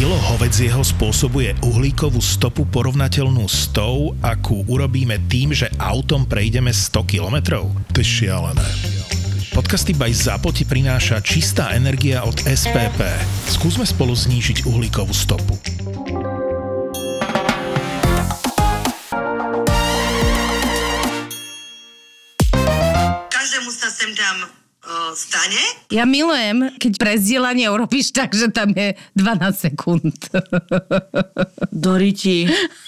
Kilo hovedzieho spôsobuje uhlíkovú stopu porovnateľnú s tou, akú urobíme tým, že autom prejdeme 100 kilometrov. To je šialené. Podcasty by ZAPO ti prináša čistá energia od SPP. Skúsme spolu znížiť uhlíkovú stopu. Každému sa sem tam stane. Ja milujem, keď prezdielanie urobíš tak, že tam je 12 sekúnd. Doriti.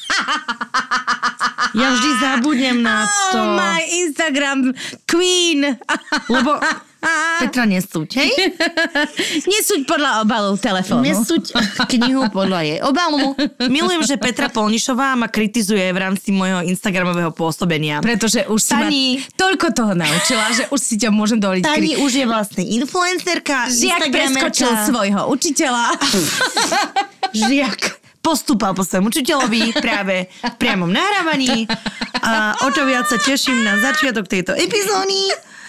Ja vždy zabudnem na to. Oh, my Instagram queen. Lebo Petra nesúď, hej? Nesúď podľa obalu telefónu. Nesúď knihu podľa jej obalu. Milujem, že Petra Polnišová ma kritizuje v rámci môjho instagramového pôsobenia. Pretože už Tani, si ma toľko toho naučila, že už si ťa môžem dovoliť. Tani už je vlastne influencerka, Žiak preskočil svojho učiteľa. Žiak postúpal po svojom učiteľovi práve v priamom nahrávaní a o to viac sa teším na začiatok tejto epizódy.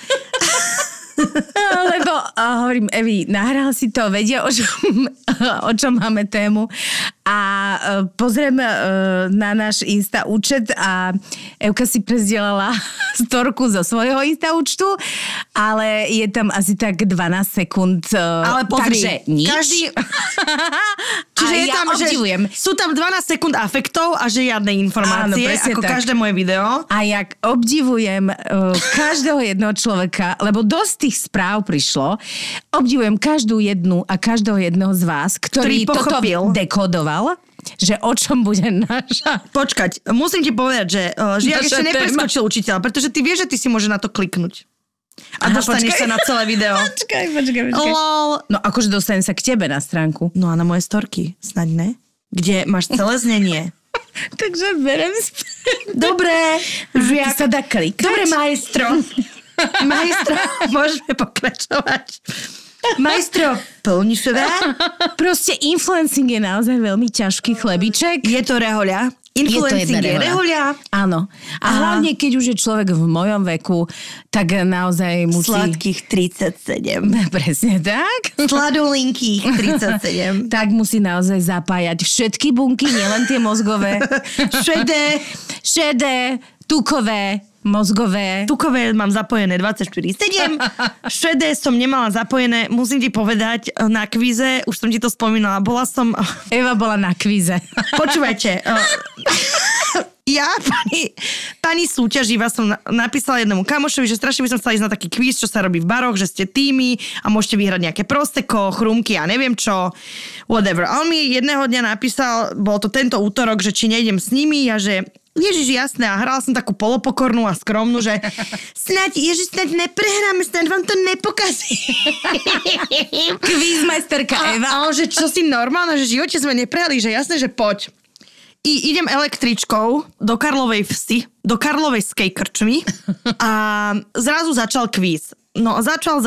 Lebo hovorím, Evi, nahral si to, vedia, o čom máme tému. A pozriem na náš Insta účet a Evka si prezdielala storku zo svojho Insta účtu, ale je tam asi tak 12 sekúnd. Ale pozri, takže nič. každý... Čiže a je ja tam, obdivujem. že sú tam 12 sekúnd afektov a že žiadne informácie, áno, ako tak. každé moje video. A jak obdivujem každého jedného človeka, lebo dosť tých správ prišlo, obdivujem každú jednu a každého jedného z vás, ktorý toto dekodoval, že o čom bude naša... Počkať, musím ti povedať, že Žiak ešte nepreskočil učiteľa, pretože ty vieš, že ty si môže na to kliknúť. A dostaneš sa na celé video. Počkaj. Lol. No akože dostanem sa k tebe na stránku. No a na moje storky, snaď ne? Kde máš celé znenie. Takže berem Dobre, Žiak sa dá klikať. Dobre, maestro. Maestro, môžeme pokračovať. Maestro Polnišová. Proste influencing je naozaj veľmi ťažký chlebiček. Je to rehoľa. Influencing je rehoľa. Áno. A hlavne, keď už je človek v mojom veku, tak naozaj musí... Sladkých 37. Presne tak. Sladulinkých 37. Tak musí naozaj zapájať všetky bunky, nielen tie mozgové. Šedé, tukové, mozgové. Tukové mám zapojené 24/7. Šedé som nemala zapojené. Musím ti povedať, na kvíze, už som ti to spomínala, Eva bola na kvíze. Počúvajte. Ja, pani súťaživá, som napísala jednému kamošovi, že strašne by som chcela ísť na taký kvíz, čo sa robí v baroch, že ste týmy a môžete vyhrať nejaké prosecco, chrumky a neviem čo, whatever. A on mi jedného dňa napísal, bol to tento útorok, že či nejdem s nimi a že Ježiš, jasné, a hrala som takú polopokornú a skromnú, že snáď neprehráme, snáď vám to nepokazí. Kvízmajsterka Eva. A on, že čo si normálna, že v živote sme neprehrali, že jasné, že poď. Idem električkou do Karlovej Vsi, do Karlovej skejkrčmy a zrazu začal kvíz. No začal,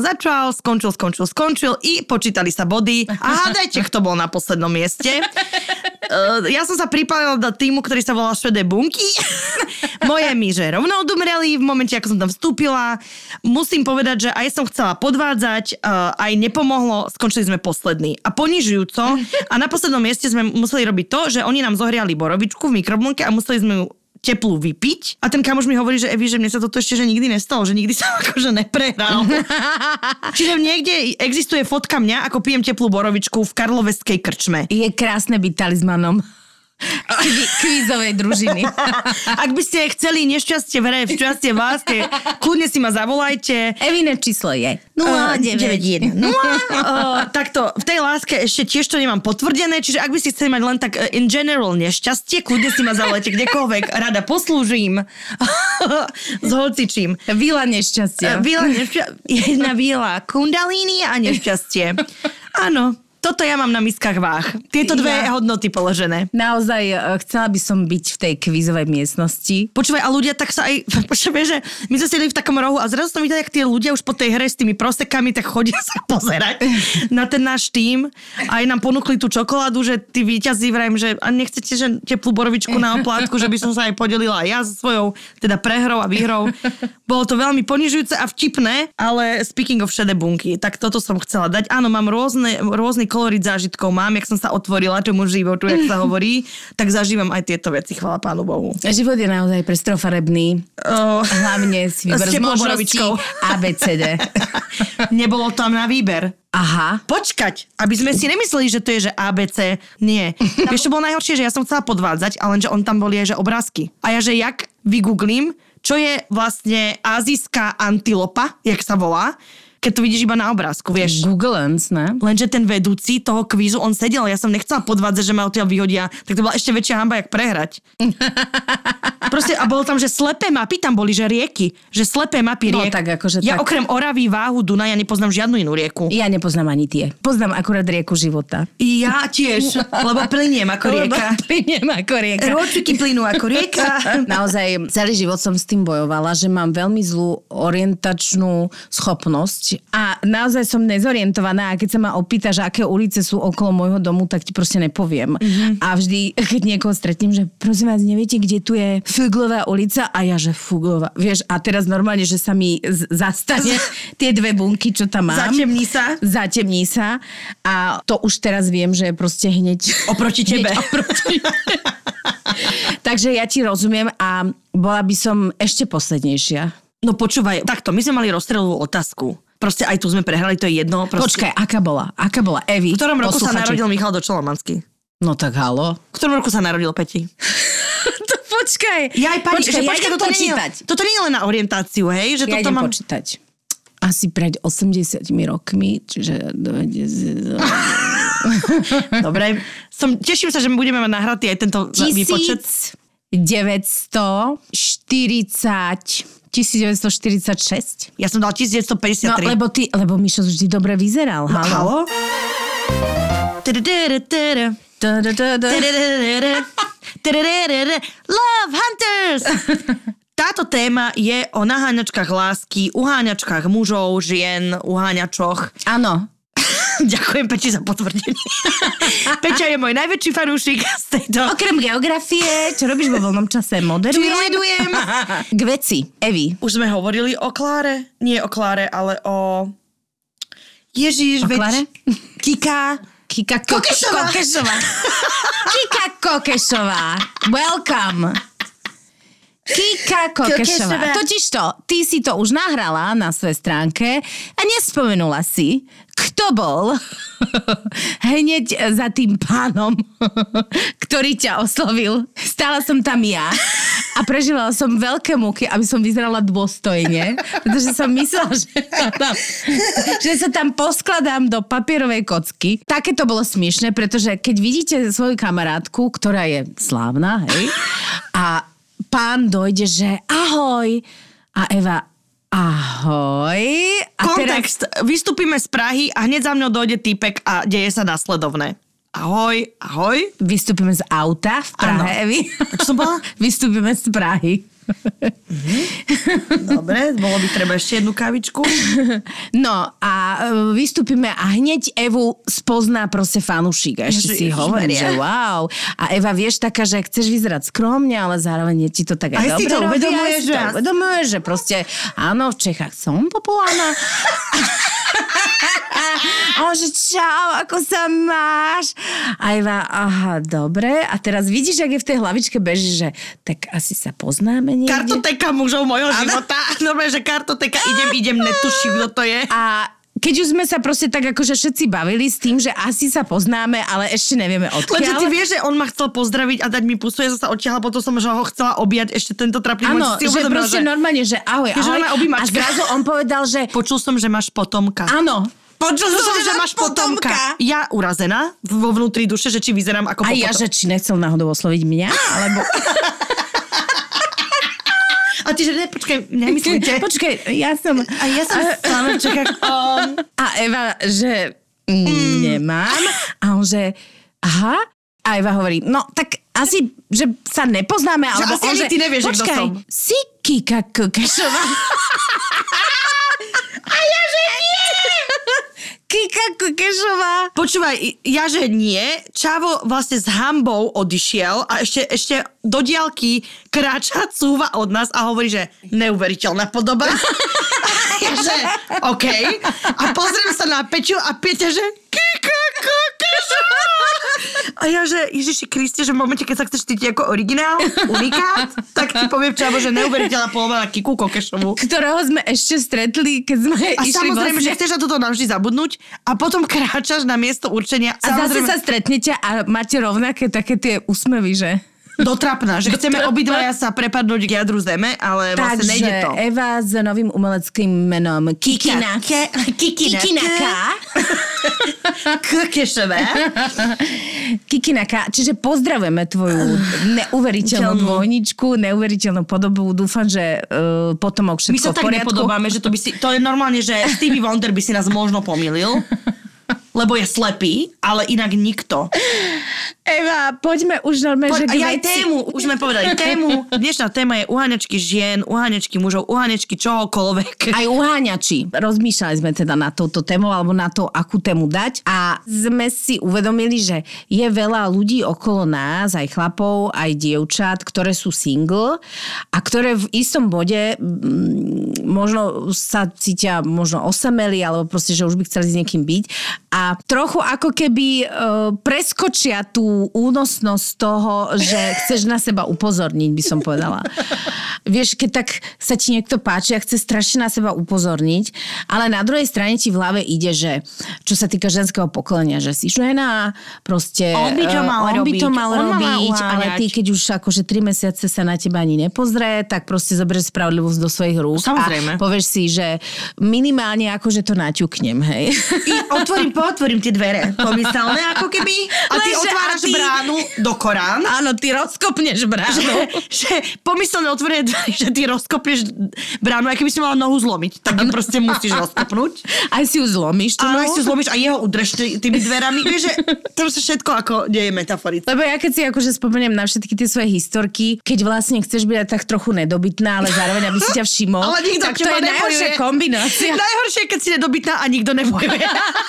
skončil i počítali sa body a hádajte, kto bol na poslednom mieste. Ja som sa pripálila do týmu, ktorý sa volal Švedé bunky. Moje mi, že rovno odumreli v momente, ako som tam vstúpila. Musím povedať, že aj som chcela podvádzať, aj nepomohlo, skončili sme poslední. A ponižujúco. A na poslednom mieste sme museli robiť to, že oni nám zohriali borovičku v mikrovlnke a museli sme ju teplú vypiť. A ten kamoš mi hovorí, že Evi, že mne sa toto ešte že nikdy nestalo, že nikdy som akože neprehral. Čiže niekde existuje fotka mňa, ako pijem teplú borovičku v karloveskej krčme. Je krásne byť talizmanom kvízovej družiny. Ak by ste chceli nešťastie v hre, šťastie v láske, kľudne si ma zavolajte. Evine číslo je 0991. Takto, v tej láske ešte tiež to nemám potvrdené, čiže ak by ste chceli mať len tak in general nešťastie, kľudne si ma zavolajte kdekoľvek, rada poslúžim s hocičím. Víla nešťastia. Jedna víla kundalíny a nešťastie. Áno. Toto ja mám na miskách váh. Tieto dve hodnoty položené. Naozaj chcela by som byť v tej kvízovej miestnosti. Počúvaj, a ľudia tak sa aj... Počúvaj, že my sme sedeli v takom rohu a zrazu som videla, jak tie ľudia už po tej hre s tými prosekami tak chodia sa pozerať na ten náš tím. A aj nám ponúkli tú čokoládu, že tí víťazí vrajím, že a nechcete, že teplú borovičku na oplátku, že by som sa aj podelila aj ja so svojou teda prehrou a výhrou. Bolo to veľmi ponižujúce a vtipné, ale speaking of šedé bunky, tak toto som chcela dať. Áno, mám rôzny kolorit zážitkov mám, jak som sa otvorila tomu životu, jak sa hovorí, tak zažívam aj tieto veci, chvála Pánu Bohu. Život je naozaj pestrofarebný. Hlavne si vyber z možností ABCD. Nebolo tam na výber. Aha. Počkať, aby sme si nemysleli, že to je, že ABC. Nie. Vieš, čo bolo najhoršie, že ja som chcela podvádzať, ale že on tam boli aj, že obrázky. A ja, že jak vygooglím, čo je vlastne azijská antilopa, jak sa volá, keď to vidíš iba na obrázku, vieš. Google Lens, ne? Lenže ten vedúci toho kvízu, on sedel, ja som nechcela podvádzať, že ma odtiaľ vyhodia, tak to bola ešte väčšia hanba, jak prehrať. Proste, a bolo tam, že slepé mapy, tam boli, že rieky, že slepé mapy riek. No tak akože ja tak. okrem Oravy, Váhu, Dunaja nepoznám žiadnu inú rieku. Ja nepoznám ani tie. Poznám akurát rieku života. Ja tiež, lebo plyniem ako rieka. Plyniem ako rieka. Rôčiky plynú ako rieka. Naozaj celý život som s tým bojovala, že mám veľmi zlú orientačnú schopnosť a naozaj som nezorientovaná a keď sa ma opýtaš, aké ulice sú okolo môjho domu, tak ti proste nepoviem. Mm-hmm. A vždy, keď niekoho stretnem, že prosím vás, neviete, kde tu je Fuglová ulica? A ja, že Fuglová. Vieš, a teraz normálne, že sa mi zastane tie dve bunky, čo tam mám. Zatemní sa. A to už teraz viem, že proste hneď oproti tebe. Takže ja ti rozumiem a bola by som ešte poslednejšia. No počúvaj, takto, my sme mali rozstreľovú otázku. Proste aj tu sme prehrali, to je jedno. Proste... Počkaj, aká bola? Evi? V ktorom roku sa narodil Michal Dočolomanský? No tak halo. V ktorom roku sa narodil Peti? Počkaj. Ja idem toto počítať. Toto nie je len na orientáciu, hej? Že ja toto idem mám... počítať. Asi pred 80 rokmi, čiže... Dobre. Teším sa, že budeme mať nahratý aj tento výpočet. 1946. Ja som dal 1953. No, lebo Mišo vždy dobre vyzeral. Halo? Love Hunters! Táto téma je o naháňačkách lásky, uháňačkách mužov, žien, uháňačoch. Áno. Ďakujem Peči za potvrdenie. Peťa je môj najväčší fanúšik z tejto... Okrem geografie, čo robíš vo voľnom čase? Moderujem. K veci, Evi. Už sme hovorili o Kláre? Nie o Kláre, ale o... Ježiš, o Kláre? Kika Kokešová. Kika Kokešová. Welcome. Kika Kokešová. Totižto, ty si to už nahrala na svojej stránke a nespomenula si, kto bol hneď za tým pánom, ktorý ťa oslovil. Stála som tam ja a prežila som veľké múky, aby som vyzerala dôstojne, pretože som myslela, že sa tam poskladám do papierovej kocky. Také to bolo smiešné, pretože keď vidíte svoju kamarátku, ktorá je slávna, hej, a pán dojde, že ahoj. A Eva, ahoj. A kontext. Teraz... Vystúpime z Prahy a hneď za mnou dojde týpek a deje sa nasledovné. Ahoj, ahoj. Vystúpime z auta v Prahe, Evi. A čo som bola? Vystúpime z Prahy. Dobre, bolo by treba ešte jednu kávičku. No a vystúpime a hneď Evu spozná proste fanúšik. A ešte si hovorí, že wow. A Eva, vieš, taká, že chceš vyzerať skromne, ale zároveň je ti to tak aj dobre. Si to uvedomuješ, že... uvedomuješ, že proste áno, v Čechách som populárna. A on, že čau, ako sa máš? A Eva, aha, dobre. A teraz vidíš, jak je v tej hlavičke beží, že tak asi sa poznáme niekde. Kartoteka mužov mojho života. Normálne, že kartoteka, idem, netuším, kto to je. A keď už sme sa proste tak akože všetci bavili s tým, že asi sa poznáme, ale ešte nevieme odkiaľ. Lenže ty vieš, že on ma chcel pozdraviť a dať mi pusu, ja som sa odtiahla, potom som ho chcela objať ešte tento trapný môj. Áno, že proste normálne, že ahoj. A zrazu on povedal, že... Počul som, že máš potomka. Áno. Počul som, že máš potomka. Ja urazená vo vnútri duše, že či vyzerám ako potomka. A ja, že či nechcel náhodou osloviť mňa, alebo... A ty, že ne, počkaj, nemyslíte. Počkaj, ja som Sláveček. A Eva, že nemám. A on, že aha. A Eva hovorí, no tak asi, že sa nepoznáme. Alebo asi ani ty nevieš, že kto som. Si Kika Kokešová. A ja, že nie. Kika Kokešová. Počúvaj, ja že nie. Čavo vlastne s hanbou odišiel a ešte do diaľky kráča, cúva od nás a hovorí, že neuveriteľná podoba. Ja že, OK. A pozriem sa na Peťu a Peťa, že Kika A ja, že Ježiši Kriste, že v momente, keď sa chceš cítiť ako originál, unikát, tak ti poviem čavo, že neuveriteľná polomala Kiku Kokešovú. Ktorého sme ešte stretli, keď sme išli samozrejme, vlastne... že chceš na toto navždy zabudnúť a potom kráčaš na miesto určenia. A zase sa stretnete a máte rovnaké také tie úsmevy, že? Dotrapná, že chceme obidvaja sa prepadnúť k jadru zeme, ale vlastne nejde to. Takže Eva s novým umeleckým menom Kikinaka. Kokešové. Kikinaka, čiže pozdravujeme tvoju neuveriteľnú dvojničku, neuveriteľnú podobu. Dúfam, že potomok všetko v poriadku. My sa tak nepodobáme, že to je normálne, že Stevie Wonder by si nás možno pomýlil, lebo je slepý, ale inak nikto. Eva, poďme už normálne, že aj tému, už sme povedali tému. Dnešná téma je uháňačky žien, uháňačky mužov, uháňačky čohokoľvek. Aj uháňači. Rozmýšľali sme teda na touto tému, alebo na to, akú tému dať. A sme si uvedomili, že je veľa ľudí okolo nás, aj chlapov, aj dievčat, ktoré sú single a ktoré v istom bode možno sa cítia možno osameli, alebo proste, že už by chceli s niekým byť. A trochu ako keby preskočia tú únosnosť toho, že chceš na seba upozorniť, by som povedala. Vieš, keď tak sa ti niekto páči a chce strašne na seba upozorniť, ale na druhej strane ti v hlave ide, že čo sa týka ženského pokolenia, že si žena, proste on by to mal robiť, ale ty keď už akože 3 mesiace sa na teba ani nepozrie, tak proste zoberieš spravodlivosť do svojich rúk. Samozrejme. A povieš si, že minimálne akože to naťuknem, hej. Otvorím tie dvere, pomyselné ako keby, a ty otváraš bránu do Korán. Áno, ty rozkopneš bránu. Že pomyselné otvorenie dvere, že ty rozkopneš bránu, aj keby si mala nohu zlomiť, tak ju proste musíš rozkopnúť. Aj si ju zlomíš. Áno, aj si ju zlomíš a jeho udrž tými dverami. Vieš, že to sa všetko ako nie je metaforické. Lebo ja keď si akože spomeniem na všetky tie svoje historky, keď vlastne chceš byť tak trochu nedobytná, ale zároveň aby si ťa všimol, ale tak to je najhoršia kombinácia. Najhoršie je, keď si nedobytná a nikto nebojuje.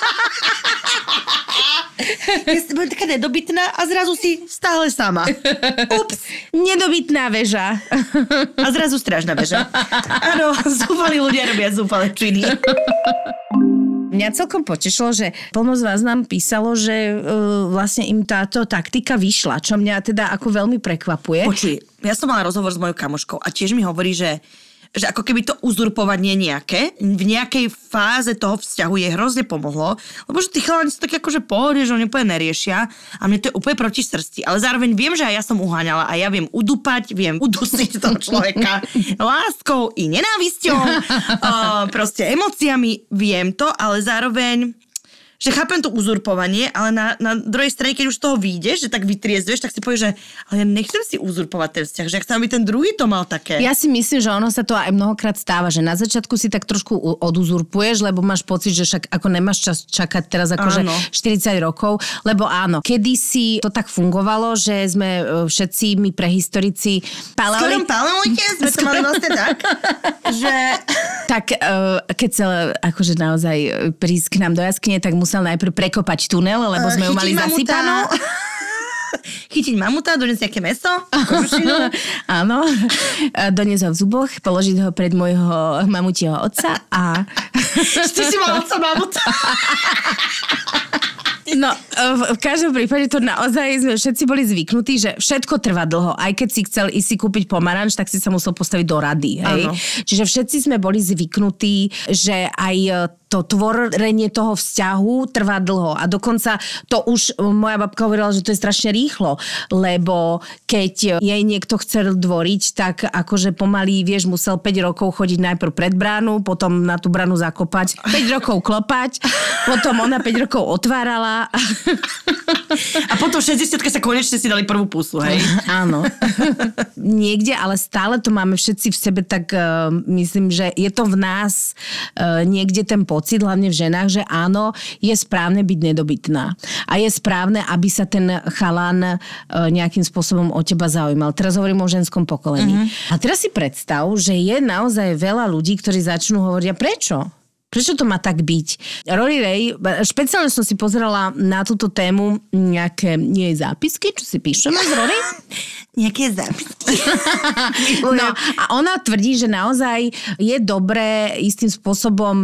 Ja si budem taká nedobytná a zrazu si stále sama. Ups. Nedobytná väža. A zrazu strážna väža. Áno, zúfali ľudia robia zúfale činy. Mňa celkom potešilo, že plno z vás nám písalo, že vlastne im táto taktika vyšla, čo mňa teda ako veľmi prekvapuje. Počuj, ja som mala rozhovor s mojou kamoškou a tiež mi hovorí, že ako keby to uzurpovanie nejaké, v nejakej fáze toho vzťahu jej hrozne pomohlo, lebo že tí chalani sú takí akože pohode, že oni úplne neriešia a mne to je úplne proti srsti. Ale zároveň viem, že aj ja som uháňala a ja viem udupať, viem udusiť toho človeka láskou i nenávisťou, proste emóciami, viem to, ale zároveň že chápem to uzurpovanie, ale na druhej strane, keď už z toho vyjdeš, že tak vytriezuješ, tak si povieš, že ale ja nechcem si uzurpovať ten vzťah, že ja chcem, aby ten druhý to mal také. Ja si myslím, že ono sa to aj mnohokrát stáva, že na začiatku si tak trošku oduzurpuješ, lebo máš pocit, že však ako nemáš čas čakať teraz akože 40 rokov, lebo áno, kedysi to tak fungovalo, že sme všetci my prehistorici Skorom palomujte, sme to mali vlastne tak, že... Tak keď sa akože naozaj prísť k nám do jaskyne, tak musel najprv prekopať tunel, lebo sme ju mali zasypanú. Chytiť mamuta, doniesť nejaké mäso, áno, doniesť ho v zuboch, položiť ho pred môjho mamutieho otca a... Ty si mal otca mamuta. No, v každom prípade to naozaj sme všetci boli zvyknutí, že všetko trvá dlho. Aj keď si chcel ísť si kúpiť pomaranč, tak si sa musel postaviť do rady. Hej? Čiže všetci sme boli zvyknutí, že aj to tvorenie toho vzťahu trvá dlho. A dokonca to už moja babka hovorila, že to je strašne rýchlo. Lebo keď jej niekto chcel dvoriť, tak akože pomaly, vieš, musel 5 rokov chodiť najprv pred bránu, potom na tú bránu zakopať, 5 rokov klopať, potom ona 5 rokov otvárala. A potom 60-ke sa konečne si dali prvú pusu, hej? Áno. Niekde, ale stále to máme všetci v sebe, tak myslím, že je to v nás niekde ten pocit, hlavne v ženách, že áno, je správne byť nedobytná. A je správne, aby sa ten chalan nejakým spôsobom o teba zaujímal. Teraz hovorím o ženskom pokolení. A teraz si predstav, že je naozaj veľa ľudí, ktorí začnú hovoriť, prečo? Prečo to má tak byť? Rory Ray, špeciálne som si pozerala na túto tému nejaké jej zápisky, čo si píšeme z Rory? Nejaké zápisky. No a ona tvrdí, že naozaj je dobré istým spôsobom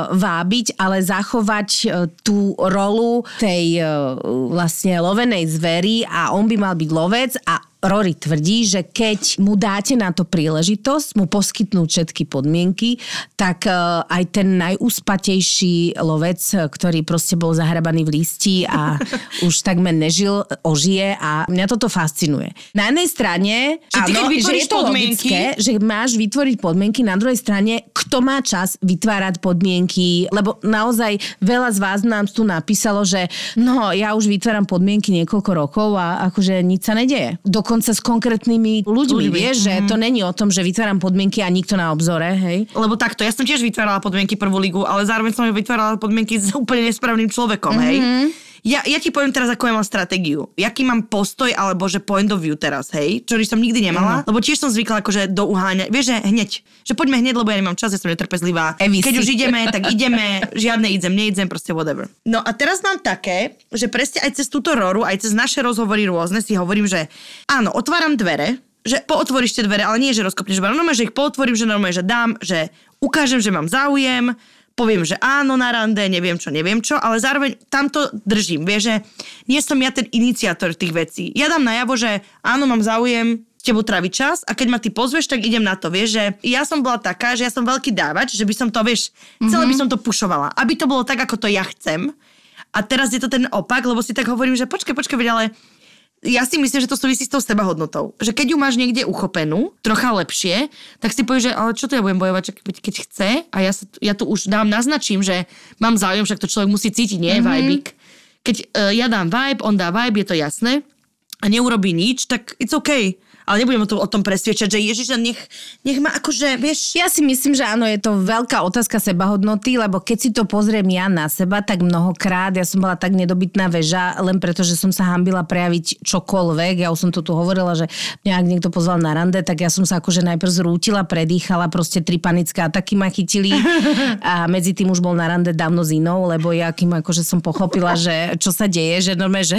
vábiť, ale zachovať tú rolu tej vlastne lovenej zvery a on by mal byť lovec a Rory tvrdí, že keď mu dáte na to príležitosť, mu poskytnúť všetky podmienky, tak aj ten najúspatejší lovec, ktorý proste bol zahrabaný v listi a už takmer nežil, ožije a mňa toto fascinuje. Na jednej strane, áno, že je to logické, že máš vytvoriť podmienky, na druhej strane, kto má čas vytvárať podmienky, lebo naozaj veľa z vás nám tu napísalo, že no, ja už vytváram podmienky niekoľko rokov a akože nič sa nedeje. Dokonca s konkrétnymi ľuďmi, vieš, že to není o tom, že vytváram podmienky a nikto na obzore, hej? Lebo takto, ja som tiež vytvárala podmienky prvú ligu, ale zároveň som vytvárala podmienky s úplne nesprávnym človekom, hej? Ja ti poviem teraz, ako ja mám stratégiu. Jaký mám postoj, alebo že point of view teraz, hej? Čo som nikdy nemala. Lebo tiež som zvykla akože do uháňať. Vieš, že hneď. Že poďme hneď, lebo ja nemám čas, ja som netrpezlivá. Keď už ideme, tak ideme. Žiadne neídzem, proste whatever. No a teraz mám také, že presne aj cez túto Roru, aj cez naše rozhovory rôzne si hovorím, že áno, otváram dvere, že pootvoríš tie dvere, ale nie, že rozkopneš dvere. Normálne, že ich pootvorím, že normálne, že dám, že ukážem, že mám záujem, poviem, že áno na rande, neviem čo, ale zároveň tamto držím. Vieš, že nie som ja ten iniciátor tých vecí. Ja dám najavo, že áno, mám záujem s tebou tráviť čas a keď ma ty pozveš, tak idem na to. Vieš, že ja som bola taká, že ja som veľký dávač, že by som to, vieš, celé by som to pušovala. Aby to bolo tak, ako to ja chcem. A teraz je to ten opak, lebo si tak hovorím, že počkaj, ale ja si myslím, že to súvisí s tou sebahodnotou. Že keď ju máš niekde uchopenú, trocha lepšie, tak si povieš, že ale čo to ja budem bojovať, keď chce a ja tu už naznačím, že mám záujem, však to človek musí cítiť, nie? Vibík. Keď ja dám vibe, on dá vibe, je to jasné a neurobí nič, tak it's okay. Ale nebudem o tom presviečať, že Ježiš, nech ma akože, vieš... Ja si myslím, že áno, je to veľká otázka sebahodnoty, lebo keď si to pozriem ja na seba, tak mnohokrát, ja som bola tak nedobytná väža, len preto, že som sa hanbila prejaviť čokoľvek. Ja už som to tu hovorila, že mňa ak niekto pozval na rande, tak ja som sa akože najprv zrútila, predýchala, proste 3 panické ataky ma chytili a medzi tým už bol na rande dávno s inou, lebo ja kým akože som pochopila, že čo sa deje, že normálne, že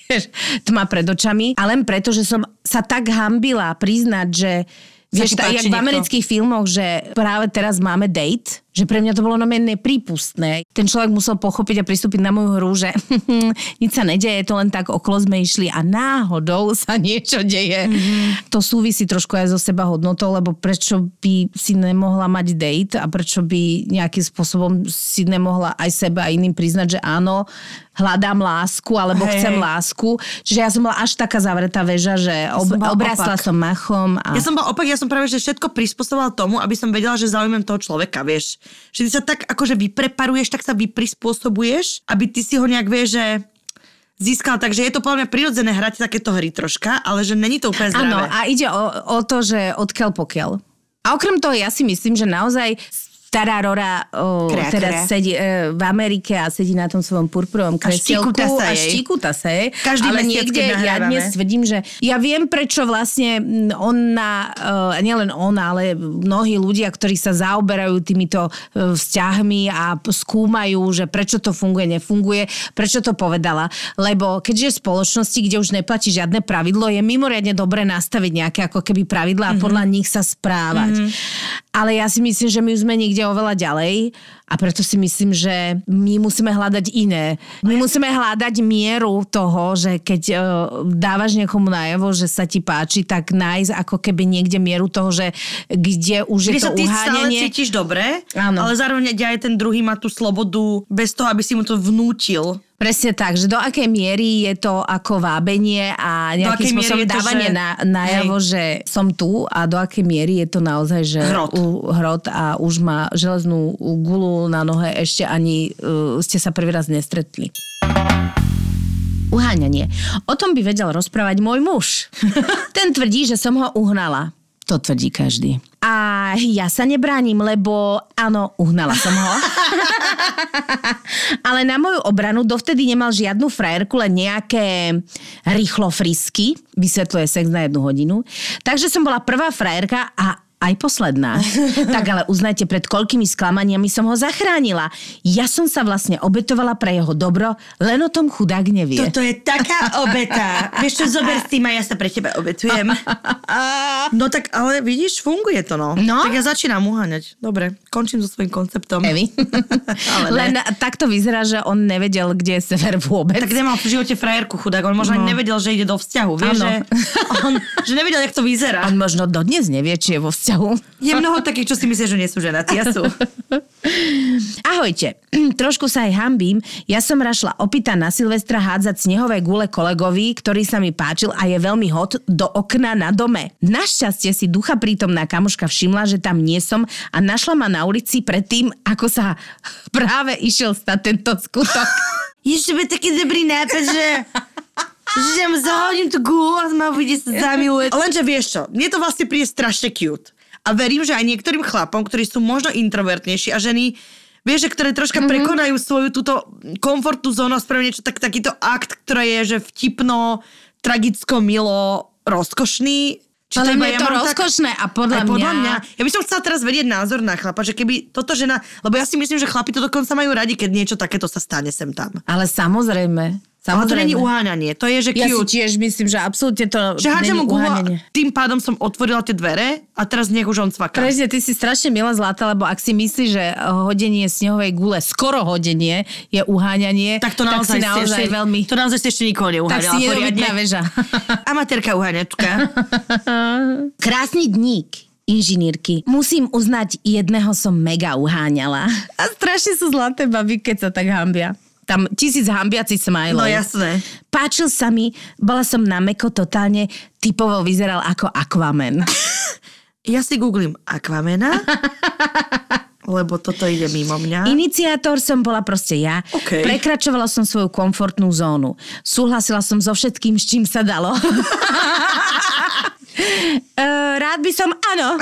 tma pred očami. A len preto, že som sa tak hanbila priznať, že vieš, jak v amerických filmoch, že práve teraz máme date, že pre mňa to bolo normálne neprípustné. Ten človek musel pochopiť a pristúpiť na moju hru, že nič sa nedeje, to len tak okolo sme išli a náhodou sa niečo deje. To súvisí trošku aj so sebahodnotou, lebo prečo by si nemohla mať date a prečo by nejakým spôsobom si nemohla aj seba a iným priznať, že áno, hľadám lásku, alebo chcem lásku. Čiže ja som bola až taká zavretá väža, že obrastla som machom. A... Ja som bola opak, ja som práve, že všetko prispôsobovala tomu, aby som vedela, že zaujímam toho človeka, vieš. Že ty sa tak akože vypreparuješ, tak sa vyprispôsobuješ, aby ty si ho nejak, vieš, že získala. Takže je to podľa mňa prirodzené hrať takéto hry troška, ale že není to úplne zdravé. Áno, a ide o to, že odkiaľ pokiaľ. A okrem toho ja si myslím, že naozaj stará Rora teraz sedí v Amerike a sedí na tom svojom purpurovom kresielku a štíkuta sa jej. Každý ale niekde ja dnes tvrdím, že ja viem, prečo vlastne nielen ona, ale mnohí ľudia, ktorí sa zaoberajú týmito vzťahmi a skúmajú, že prečo to funguje, nefunguje, prečo to povedala. Lebo keďže v spoločnosti, kde už neplatí žiadne pravidlo, je mimoriadne dobre nastaviť nejaké ako keby pravidlá a podľa nich sa správať. Ale ja si myslím, že my už sme niekde oveľa ďalej a preto si myslím, že my musíme hľadať iné. My musíme hľadať mieru toho, že keď dávaš niekomu najavo, že sa ti páči, tak nájsť ako keby niekde mieru toho, že kde už je to uháňanie. Ty stále cítiš dobre, ale zároveň aj ten druhý má tú slobodu bez toho, aby si mu to vnútil. Presne tak, že do akej miery je to ako vábenie a nejakým spôsobom dávanie najavo, že som tu a do akej miery je to naozaj, že hrot a už má železnú gulu na nohe, ešte ani ste sa prvý raz nestretli. Uháňanie. O tom by vedel rozprávať môj muž. Ten tvrdí, že som ho uhnala. To tvrdí každý. A ja sa nebránim, lebo áno, uhnala som ho. Ale na moju obranu dovtedy nemal žiadnu frajerku, len nejaké rýchlo frisky. Vysvetľuje sex na 1 hodinu. Takže som bola prvá frajerka a aj posledná. Tak ale uznajte, pred koľkými sklamaniami som ho zachránila. Ja som sa vlastne obetovala pre jeho dobro, len o tom chudák nevie. Toto je taká obeta. Vieš čo, zober s tým a ja sa pre teba obetujem. No tak, ale vidíš, funguje to, no. Tak ja začínam uháňať. Dobre, končím so svojím konceptom. Evi. Len takto vyzerá, že on nevedel, kde je sever vôbec. Tak nemal v živote frajerku chudák. On možno ani nevedel, že ide do vzťahu. Vieš, že nevedel, jak to vyzerá. On možno dodnes nevie, či je vo vzťahu. Je mnoho takých, čo si myslia, že nie sú ženatí. Ja sú. Ahojte. Trošku sa aj hanbím. Ja som rašla opýta na Silvestra hádzať snehové gule kolegovi, ktorý sa mi páčil a je veľmi hot, do okna na dome. Našťastie si ducha prítomná kamoška všimla, že tam nie som a našla ma na ulici predtým, ako sa práve išiel stať tento skutok. Ešte by taký dobrý nápad, že mu zahodím tú gulu a ma bude sa zamiluje. Lenže vieš čo, mne to vlastne príde strašne cute. A verím, že aj niektorým chlapom, ktorí sú možno introvertnejší a ženy, vieš, že ktoré troška prekonajú svoju túto komfortnú zónu a spravia niečo, takýto akt, ktoré je, že vtipno, tragicko, milo, rozkošný. Ale je to rozkošné a podľa mňa... Ja by som chcela teraz vedieť názor na chlapa, že keby toto žena... Lebo ja si myslím, že chlapi to dokonca majú radi, keď niečo takéto sa stane sem tam. Ale samozrejme. Ale to není uháňanie, to je, že cute. Ja si tiež myslím, že absolútne to že není uháňanie. Tým pádom som otvorila tie dvere a teraz nech už on cvaká. Presne, ty si strašne milá zlata, lebo ak si myslíš, že hodenie snehovej gule, skoro hodenie, je uháňanie, tak to naozaj, si naozaj veľmi... To naozaj ste ešte nikoho neuháňala. Tak si nedobytná väža. Amatérka uháňačka. Krásny dník. Inžinierky. Musím uznať, jedného som mega uháňala. A strašne sú zlaté baby, keď sa tak hambia. Tam 1000 hambiacich smajlov. No jasné. Páčil sa mi, bola som na meko totálne, typovo vyzeral ako Aquaman. Ja si googlím Aquamana, lebo toto ide mimo mňa. Iniciátor som bola proste ja. Okay. Prekračovala som svoju komfortnú zónu. Súhlasila som so všetkým, s čím sa dalo. Rád by som, áno.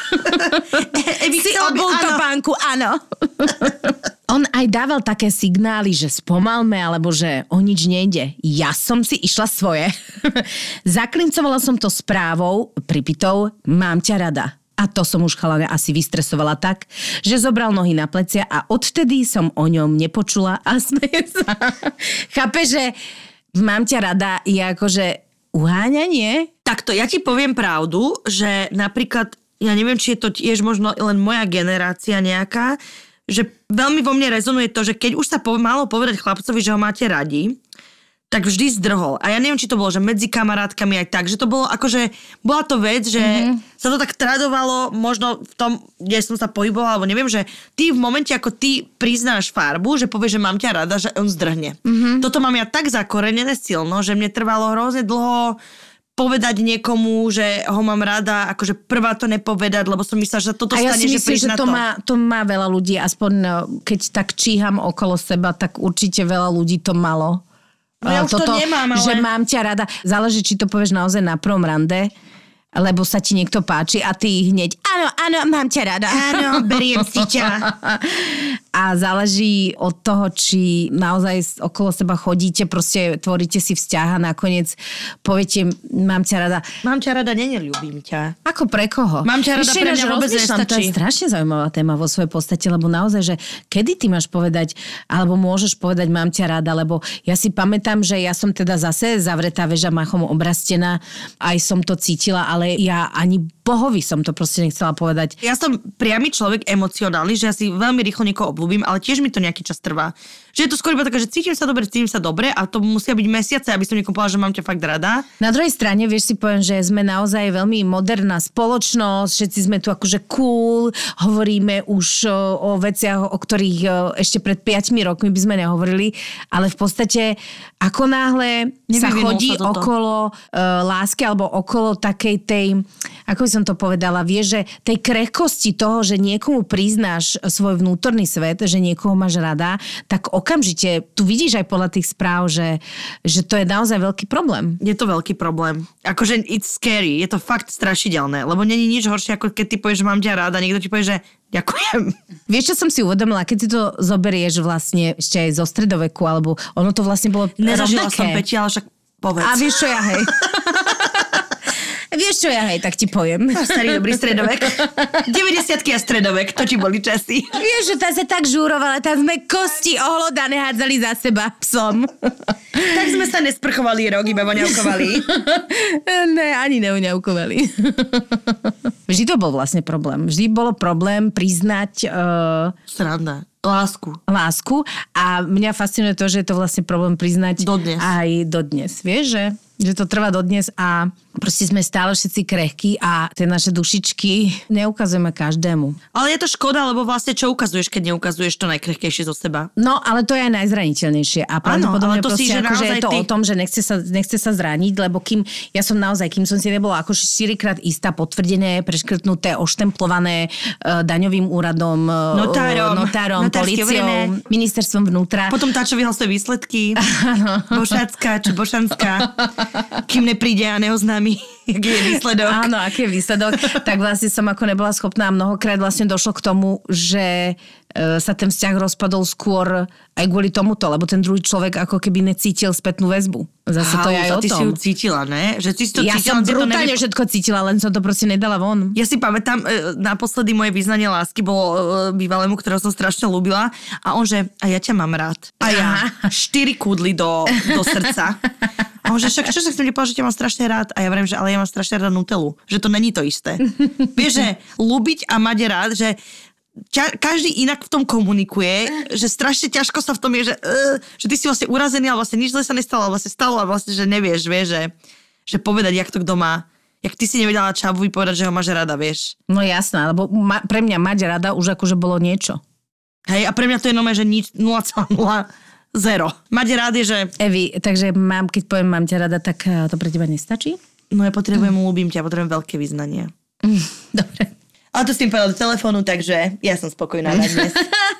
Si obul topánku, áno. On aj dával také signály, že spomalme, alebo že o nič nejde. Ja som si išla svoje. Zaklincovala som to správou, pripitou, mám ťa rada. A to som už chalane asi vystresovala tak, že zobral nohy na plecia a odvtedy som o ňom nepočula a smeje sa. Chápe, že mám ťa rada je akože uháňanie? Takto, ja ti poviem pravdu, že napríklad, ja neviem, či je to tiež možno len moja generácia nejaká, že veľmi vo mne rezonuje to, že keď už sa malo povedať chlapcovi, že ho máte radi, tak vždy zdrhol. A ja neviem, či to bolo, že medzi kamarátkami aj tak, že to bolo akože, bola to vec, že sa to tak tradovalo možno v tom, kde som sa pohybovala, alebo neviem, že ty v momente, ako ty priznáš farbu, že povieš, že mám ťa rada, že on zdrhne. Toto mám ja tak zakorenené silno, že mne trvalo hrozne dlho povedať niekomu, že ho mám rada, akože prvá to nepovedať, lebo som myslela, že toto stane, že prizná to. A ja si myslím, že to má veľa ľudí, aspoň keď tak číham okolo seba, tak určite veľa ľudí to malo. No ja už toto, to nemám, ale... Že mám ťa rada. Záleží, či to povieš naozaj na prvom rande, lebo sa ti niekto páči a ty hneď áno, mám ťa rada. Áno, beriem si ťa. A záleží od toho, či naozaj okolo seba chodíte, proste tvoríte si vzťah a nakoniec poviete, mám ťa rada. Mám ťa rada, neľúbim ťa. Ako pre koho? Mám ťa rada, pre mňa vôbec nestačí. To je strašne zaujímavá téma vo svojej podstate, lebo naozaj, že kedy ty máš povedať, alebo môžeš povedať, mám ťa rada, lebo ja si pamätám, že ja som teda zase zavretá väža machom obrastená, aj som to cítila, ale ja ani Bohovi som to proste nechcela povedať. Ja som priamy človek emocionálny, že ja si veľmi rýchlo niekoho obľúbim, ale tiež mi to nejaký čas trvá. Že je to skôr iba také, že cítim sa dobre a to musia byť mesiace, aby som niekomu povedala, že mám ťa fakt rada. Na druhej strane, vieš, si poviem, že sme naozaj veľmi moderná spoločnosť, všetci sme tu akože cool, hovoríme už o veciach, o ktorých ešte pred 5 rokmi by sme nehovorili, ale v podstate ako náhle sa chodí okolo lásky alebo okolo takej tej, ako by som to povedala, vieš, že tej krehkosti toho, že niekomu priznáš svoj vnútorný svet, že niekoho máš rada, tak okamžite, tu vidíš aj podľa tých správ, že to je naozaj veľký problém. Je to veľký problém. Akože it's scary, je to fakt strašidelné, lebo není nič horšie, ako keď ty povieš, že mám ťa rád a niekto ti povie, že ďakujem. Vieš, čo som si uvedomila, keď si to zoberieš vlastne ešte aj zo stredoveku, alebo ono to vlastne bolo nezažila rovnaké. Som Peti, ale však povedz. A vieš čo ja, hej. Vieš čo, ja hej, tak ti poviem. Starý dobrý stredovek. 90-ky a stredovek, to ti boli časy. Vieš, že tá sa tak žúrovala, tam sme kosti ohlodané hádzali za seba psom. Tak sme sa nesprchovali rok, iba voňavkovali. Ne, ani nevoňavkovali. Vždy to bol vlastne problém. Vždy bolo problém priznať... Sranda. Lásku. A mňa fascinuje to, že je to vlastne problém priznať dodnes. Aj dodnes. Vieš, že to trvá dodnes a proste sme stále všetci krehkí a tie naše dušičky neukazujeme každému. Ale je to škoda, lebo vlastne čo ukazuješ, keď neukazuješ to najkrehkejšie zo seba? No, ale to je aj najzraniteľnejšie. A pravdepodobne proste akože je to o tom, že nechce sa zraniť, lebo kým som si nebola ako 4-krát istá, potvrdené, preškrtnuté, oštemplované daňovým úradom, notárom, políciou, ministerstvom vnútra. Potom tá, čo vyhlasuje výsledky. Bošacká či Bošanská. Kým nepríde a neoznámi, aký je výsledok. Áno, aký je výsledok. Tak vlastne som ako nebola schopná. Mnohokrát vlastne došlo k tomu, že sa ten vzťah rozpadol skôr aj kvôli tomuto, lebo ten druhý človek ako keby necítil spätnú väzbu. Zase to je aj o tom. Ty si ju cítila, ne? Že ty si to ja cítila, som brutálne všetko cítila, len som to proste nedala von. Ja si pamätám, naposledy moje vyznanie lásky bolo bývalému, ktorého som strašne ľúbila a on, že a ja ťa mám rád. A ja 4 kúdly do srdca. A on, že však čo sa chcem ti povedať, že ťa mám strašne rád. A ja viem, že ale ja mám strašne rád Nutellu. Že to není to isté. Vieš, že ľúbiť a mať rád, že každý inak v tom komunikuje, že strašne ťažko sa v tom je, že ty si vlastne urazený, ale vlastne nič zle sa nestalo, ale vlastne stalo a vlastne, že nevieš, vieš, že povedať, jak to kto má. Jak ty si nevedela Čábovi povedať, že ho máš rada, vieš. No jasná, lebo pre mňa mať rada už akože bolo niečo. Hej, a pre mňa to je nové, že nič 0,0. Mať rád je, že... Evi, takže keď poviem mám ťa rada, tak to pre teba nestačí? No ja ľúbim ťa, potrebujem veľké vyznanie. Dobre. Ale to s tým povedal do telefónu, takže ja som spokojná na dnes.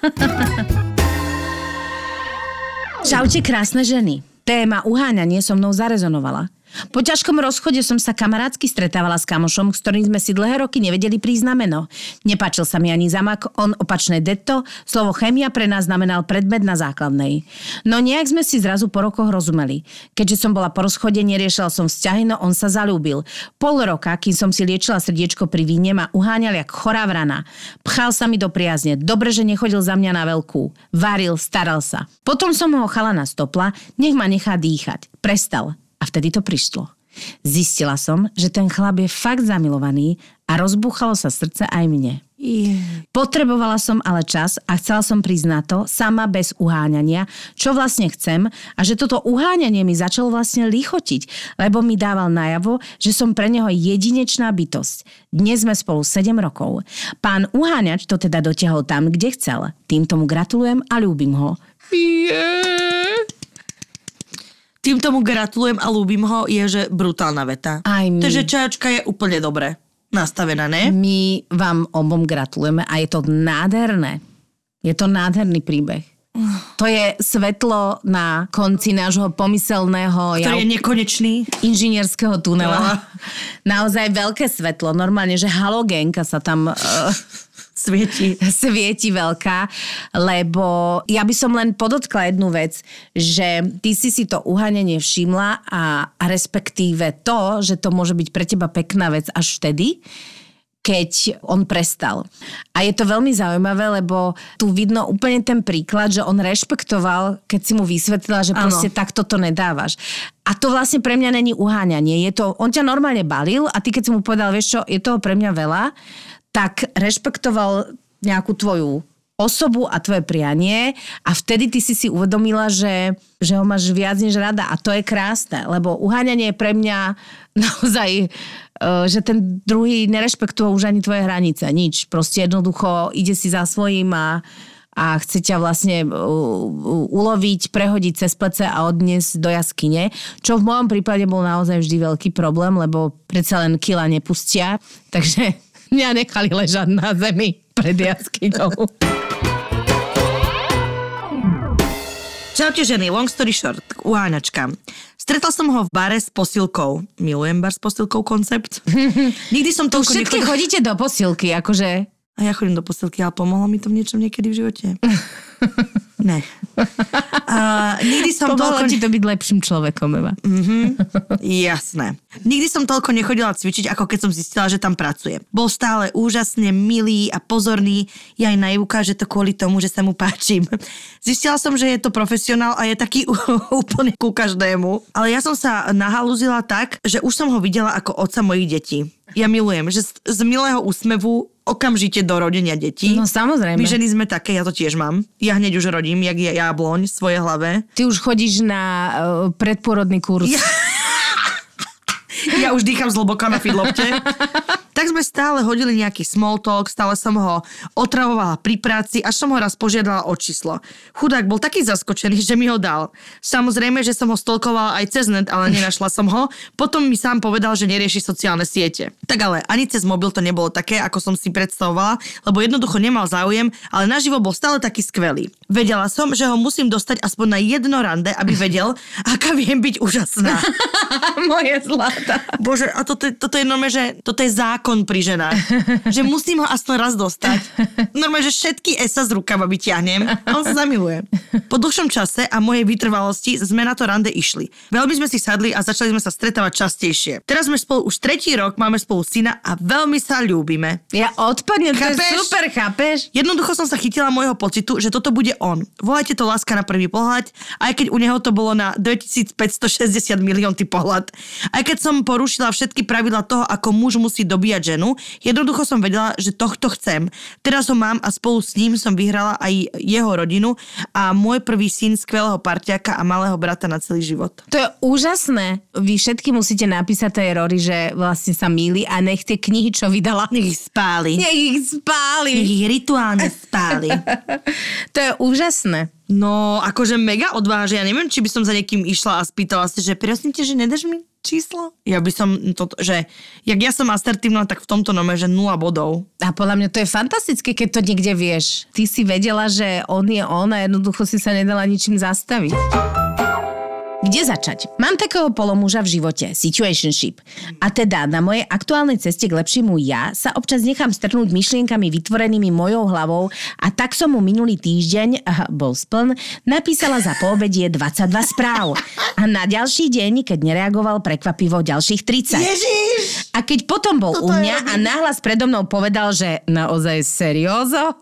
Čaute, krásne ženy. Téma uháňanie so mnou zarezonovala. Po ťažkom rozchode som sa kamarátsky stretávala s kamošom, s ktorým sme si dlhé roky nevedeli prísť na meno. Nepáčil sa mi ani zamak, on opačné detto, slovo chémia pre nás znamenal predmet na základnej. No nejak sme si zrazu po rokoch rozumeli. Keďže som bola po rozchode, neriešila som vzťahy, no on sa zaľúbil. Pol roka, kým som si liečila srdiečko pri víne, ma uháňal jak chorá vrana. Pchal sa mi do priazne. Dobre, že nechodil za mňa na veľkú. Varil, staral sa. Potom som ho chalana stopla, nech ma nechá dýchať. Prestal. A vtedy to prišlo. Zistila som, že ten chlap je fakt zamilovaný a rozbúchalo sa srdce aj mne. Potrebovala som ale čas a chcela som prísť na to, sama bez uháňania, čo vlastne chcem a že toto uháňanie mi začalo vlastne lichotiť, lebo mi dával najavo, že som pre neho jedinečná bytosť. Dnes sme spolu 7 rokov. Pán uháňač to teda dotiahol tam, kde chcel. Týmto mu gratulujem a ľúbim ho. Tým tomu gratulujem a ľúbim ho, je, že brutálna veta. Aj my. Takže čajočka je úplne dobre nastavená, ne? My vám obom gratulujeme a je to nádherné. Je to nádherný príbeh. To je svetlo na konci nášho pomyselného... Ktorý je nekonečný. Inžinierského tunela. Naozaj veľké svetlo. Normálne, že halogénka sa tam... Svieti veľká, lebo ja by som len podotkla jednu vec, že ty si to uháňanie všimla a respektíve to, že to môže byť pre teba pekná vec až vtedy, keď on prestal. A je to veľmi zaujímavé, lebo tu vidno úplne ten príklad, že on rešpektoval, keď si mu vysvetlila, že proste takto to nedávaš. A to vlastne pre mňa není uháňanie. On ťa normálne balil a ty keď si mu povedal, vieš čo, je toho pre mňa veľa, tak rešpektoval nejakú tvoju osobu a tvoje prianie a vtedy ty si uvedomila, že ho máš viac než rada a to je krásne, lebo uháňanie je pre mňa naozaj, že ten druhý nerešpektuje už ani tvoje hranice, nič. Proste jednoducho ide si za svojím a chce ťa vlastne uloviť, prehodiť cez plece a odniesť do jaskyne, čo v mojom prípade bol naozaj vždy veľký problém, lebo predsa len kila nepustia, takže mňa nechali ležať na zemi pred jaskyňou. Čaute ženy, long story short, uháňačka. Stretla som ho v bare s posilkou. Milujem bar s posilkou koncept. Nikdy som toľko všetky chodíte do posilky, akože... A ja chodím do posilky, ale pomohlo mi to v niečom niekedy v živote. Ne. Nikdy som Pomohlo ti to byť lepším človekom, Eva. Jasné. Nikdy som toľko nechodila cvičiť, ako keď som zistila, že tam pracuje. Bol stále úžasne milý a pozorný. Ja aj naivúka, že to kvôli tomu, že sa mu páčim. Zistila som, že je to profesionál a je taký úplne ku každému. Ale ja som sa nahalúzila tak, že už som ho videla ako otca mojich detí. Ja milujem, že z milého úsmevu okamžite do rodenia detí. No samozrejme. My ženy sme také, ja to tiež mám. Ja hneď už rodím, jak je jabloň v svojej hlave. Ty už chodíš na predpôrodný kurz. Ja už dýcham zhlboka na fidlopte. Tak sme stále hodili nejaký small talk, stále som ho otravovala pri práci, až som ho raz požiadala o číslo. Chudák bol taký zaskočený, že mi ho dal. Samozrejme, že som ho stalkovala aj cez net, ale nenašla som ho. Potom mi sám povedal, že nerieši sociálne siete. Tak ale ani cez mobil to nebolo také, ako som si predstavovala, lebo jednoducho nemal záujem, ale naživo bol stále taký skvelý. Vedela som, že ho musím dostať aspoň na jedno rande, aby vedel, aká viem byť úžasná. Moje zlata. Bože, a toto je normálne, že toto je zákon pri ženách. Že musím ho aspoň raz dostať. Normálne, že všetky esa z rukava vyťahnem a on sa zamiluje. Po dlhšom čase a mojej vytrvalosti sme na to rande išli. Veľmi sme si sadli a začali sme sa stretávať častejšie. Teraz sme spolu už 3. rok, máme spolu syna a veľmi sa ľúbime. Ja odpadnem, to je super, chápeš? Jednoducho som sa chytila môjho pocitu, že toto bude on. Volajte to láska na prvý pohľad, aj keď u neho to bolo na 2560 miliónty pohľad. Aj keď som porušila všetky pravidlá toho, ako muž musí dobíjať ženu, jednoducho som vedela, že tohto chcem. Teraz ho mám a spolu s ním som vyhrala aj jeho rodinu a môj prvý syn, skvelého parťaka a malého brata na celý život. To je úžasné. Vy všetky musíte napísať tej Rory, že vlastne sa mýli a nech tie knihy, čo vydala, Nech ich spáli. Nech ich spáli. Nech ich rituálne spáli. To je úžasné. No, akože mega odváže. Ja neviem, či by som za niekým išla a spýtala si, že prosím te, že nedáš mi číslo? Ja by som, že jak ja som asertívna, tak v tomto nome, že 0 bodov. A podľa mňa to je fantastické, keď to niekde vieš. Ty si vedela, že on je on a jednoducho si sa nedala ničím zastaviť. Kde začať? Mám takého polomuža v živote, situationship. A teda na mojej aktuálnej ceste k lepšiemu ja sa občas nechám strhnúť myšlienkami vytvorenými mojou hlavou a tak som mu minulý týždeň, bol spln, napísala za poobedie 22 správ. A na ďalší deň, keď nereagoval, prekvapivo ďalších 30. Ježiš! A keď potom bol u mňa a nahlas predo mnou povedal, že naozaj seriózo,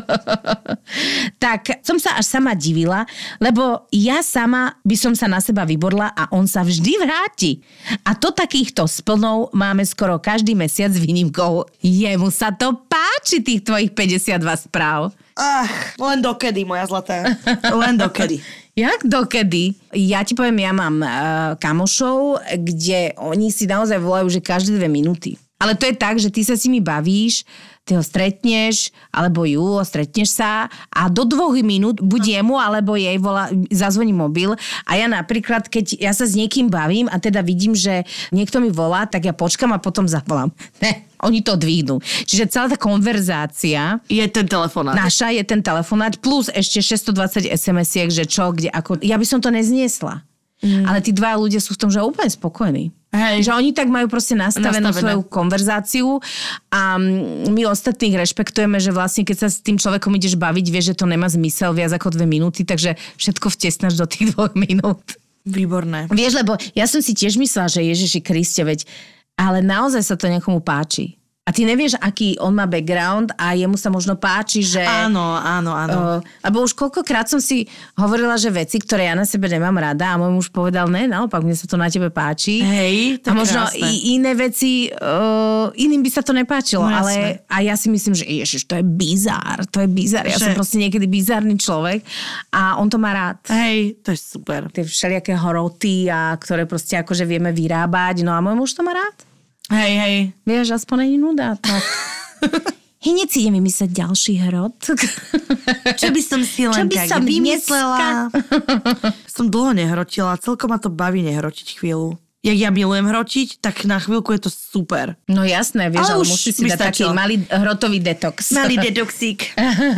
tak som sa až sama divila, lebo ja sama by som sa na seba vybodla a on sa vždy vráti. A to takýchto splnov máme skoro každý mesiac s výnimkou. Jemu sa to páči, tých tvojich 52 správ. Len dokedy, moja zlatá. Len dokedy. Jak dokedy? Ja ti poviem, ja mám kamošov, kde oni si naozaj volajú, že každé 2 minúty. Ale to je tak, že ty sa s nimi bavíš, ty ho stretneš, alebo ju, stretneš sa a do 2 minút buď jemu, alebo jej zazvoní mobil a ja napríklad, keď ja sa s niekým bavím a teda vidím, že niekto mi volá, tak ja počkam a potom zavolám. Ne, oni to dvihnú. Čiže celá tá konverzácia je ten telefonát. Naša je ten telefonát plus ešte 620 SMS-iek, že čo, kde, ako. Ja by som to nezniesla. Ale tí 2 ľudia sú v tom, že úplne spokojní. Hej. Že oni tak majú proste nastavenú svoju konverzáciu a my ostatných rešpektujeme, že vlastne keď sa s tým človekom ideš baviť, vieš, že to nemá zmysel viac ako 2 minúty, takže všetko vtesnáš do tých 2 minút. Výborné. Vieš, lebo ja som si tiež myslela, že Ježiši Kriste, veď, ale naozaj sa to niekomu páči. A ty nevieš, aký on má background a jemu sa možno páči, že... Áno. Lebo už koľkokrát som si hovorila, že veci, ktoré ja na sebe nemám rada a môj muž povedal, ne, naopak, mne sa to na tebe páči. Hej, to a možno iné veci, iným by sa to nepáčilo, no, ale a ja si myslím, že ježiš, to je bizár. Ja som proste niekedy bizárny človek a on to má rád. Hej, to je super. Tie všelijaké hroty, ktoré proste akože vieme vyrábať, no a môj muž to má rád. Hej. Vieš, aspoň není nuda. Tak. Hneď si idem vymyslieť ďalší hrot. Čo by som si len tak vymyslela? Som dlho nehrotila, celkom ma to baví nehrotiť chvíľu. Jak ja milujem hrotiť, tak na chvíľku je to super. No jasné, vieš, ale musíš si dať taký malý hrotový detox. Malý detoxík.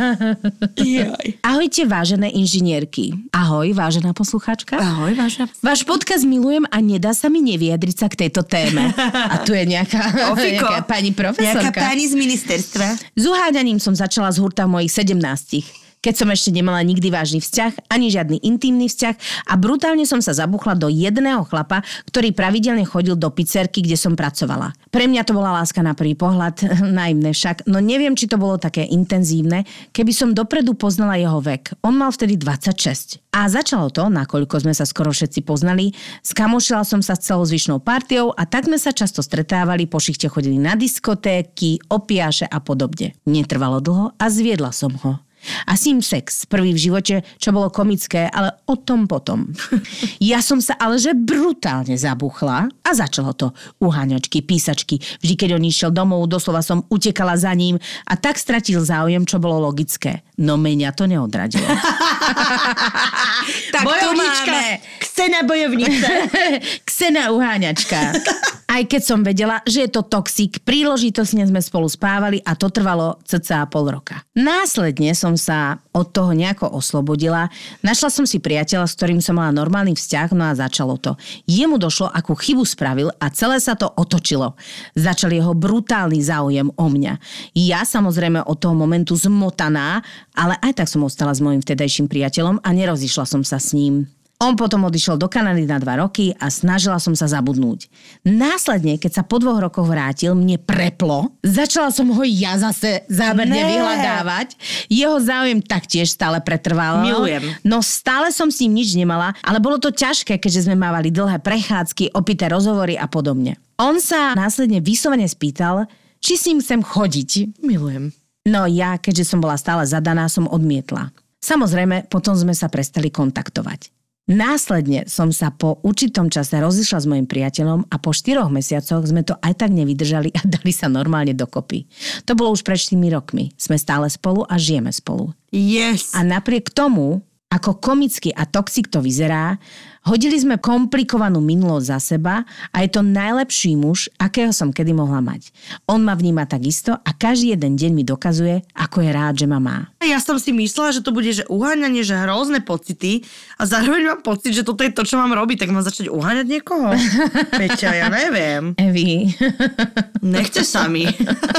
Ahojte, vážené inžinierky. Ahoj, vážená poslucháčka. Ahoj, vážená. Váš podcast milujem a nedá sa mi nevyjadriť sa k tejto téme. A tu je nejaká pani profesorka. Nejaká pani z ministerstva. S uháňaním som začala z hurta v mojich 17. keď som ešte nemala nikdy vážny vzťah, ani žiadny intimný vzťah a brutálne som sa zabuchla do jedného chlapa, ktorý pravidelne chodil do pizzerky, kde som pracovala. Pre mňa to bola láska na prvý pohľad, naivné však, no neviem, či to bolo také intenzívne, keby som dopredu poznala jeho vek. On mal vtedy 26. A začalo to, nakoľko sme sa skoro všetci poznali, skamošila som sa s celou zvyšnou partiou a tak sme sa často stretávali, po šichte chodili na diskotéky, opiaše a podobne. Netrvalo dlho a zviedla som ho. A s ním sex, prvý v živote, čo bolo komické, ale o tom potom. Ja som sa ale že brutálne zabuchla a začalo to. Uháňačky, písačky. Vždy, keď on išiel domov, doslova som utekala za ním a tak stratil záujem, čo bolo logické. No mňa to neodradilo. Tak bojovnička, Ksena bojovnica. Ksena uháňačka. Aj keď som vedela, že je to toxik, príležitosne sme spolu spávali a to trvalo cca pol roka. Následne som sa od toho nejako oslobodila. Našla som si priateľa, s ktorým som mala normálny vzťah, no a začalo to. Jemu došlo, akú chybu spravil a celé sa to otočilo. Začal jeho brutálny záujem o mňa. Ja samozrejme od toho momentu zmotaná, ale aj tak som ostala s mojím vtedajším priateľom a nerozišla som sa s ním. On potom odišiel do Kanady na 2 roky a snažila som sa zabudnúť. Následne, keď sa po 2 rokoch vrátil, mne preplo. Začala som ho ja zase zámerne vyhľadávať. Jeho záujem taktiež stále pretrval. Milujem. No stále som s ním nič nemala, ale bolo to ťažké, keďže sme mávali dlhé prechádzky, opité rozhovory a podobne. On sa následne vyslovene spýtal, či s ním chcem chodiť. Milujem. No ja, keďže som bola stále zadaná, som odmietla. Samozrejme, potom sme sa prestali kontaktovať. Následne som sa po určitom čase rozišla s mojim priateľom a po 4 mesiacoch sme to aj tak nevydržali a dali sa normálne dokopy. To bolo už pred 4 rokmi. Sme stále spolu a žijeme spolu. Yes. A napriek tomu, ako komicky a toxik to vyzerá, hodili sme komplikovanú minulosť za seba a je to najlepší muž, akého som kedy mohla mať. On ma vníma takisto a každý jeden deň mi dokazuje, ako je rád, že ma má. Ja som si myslela, že to bude, že uháňanie, že hrozné pocity a zároveň mám pocit, že toto je to, čo mám robiť, tak mám začať uháňať niekoho. Peťa, ja neviem. Evi. Nechte sami.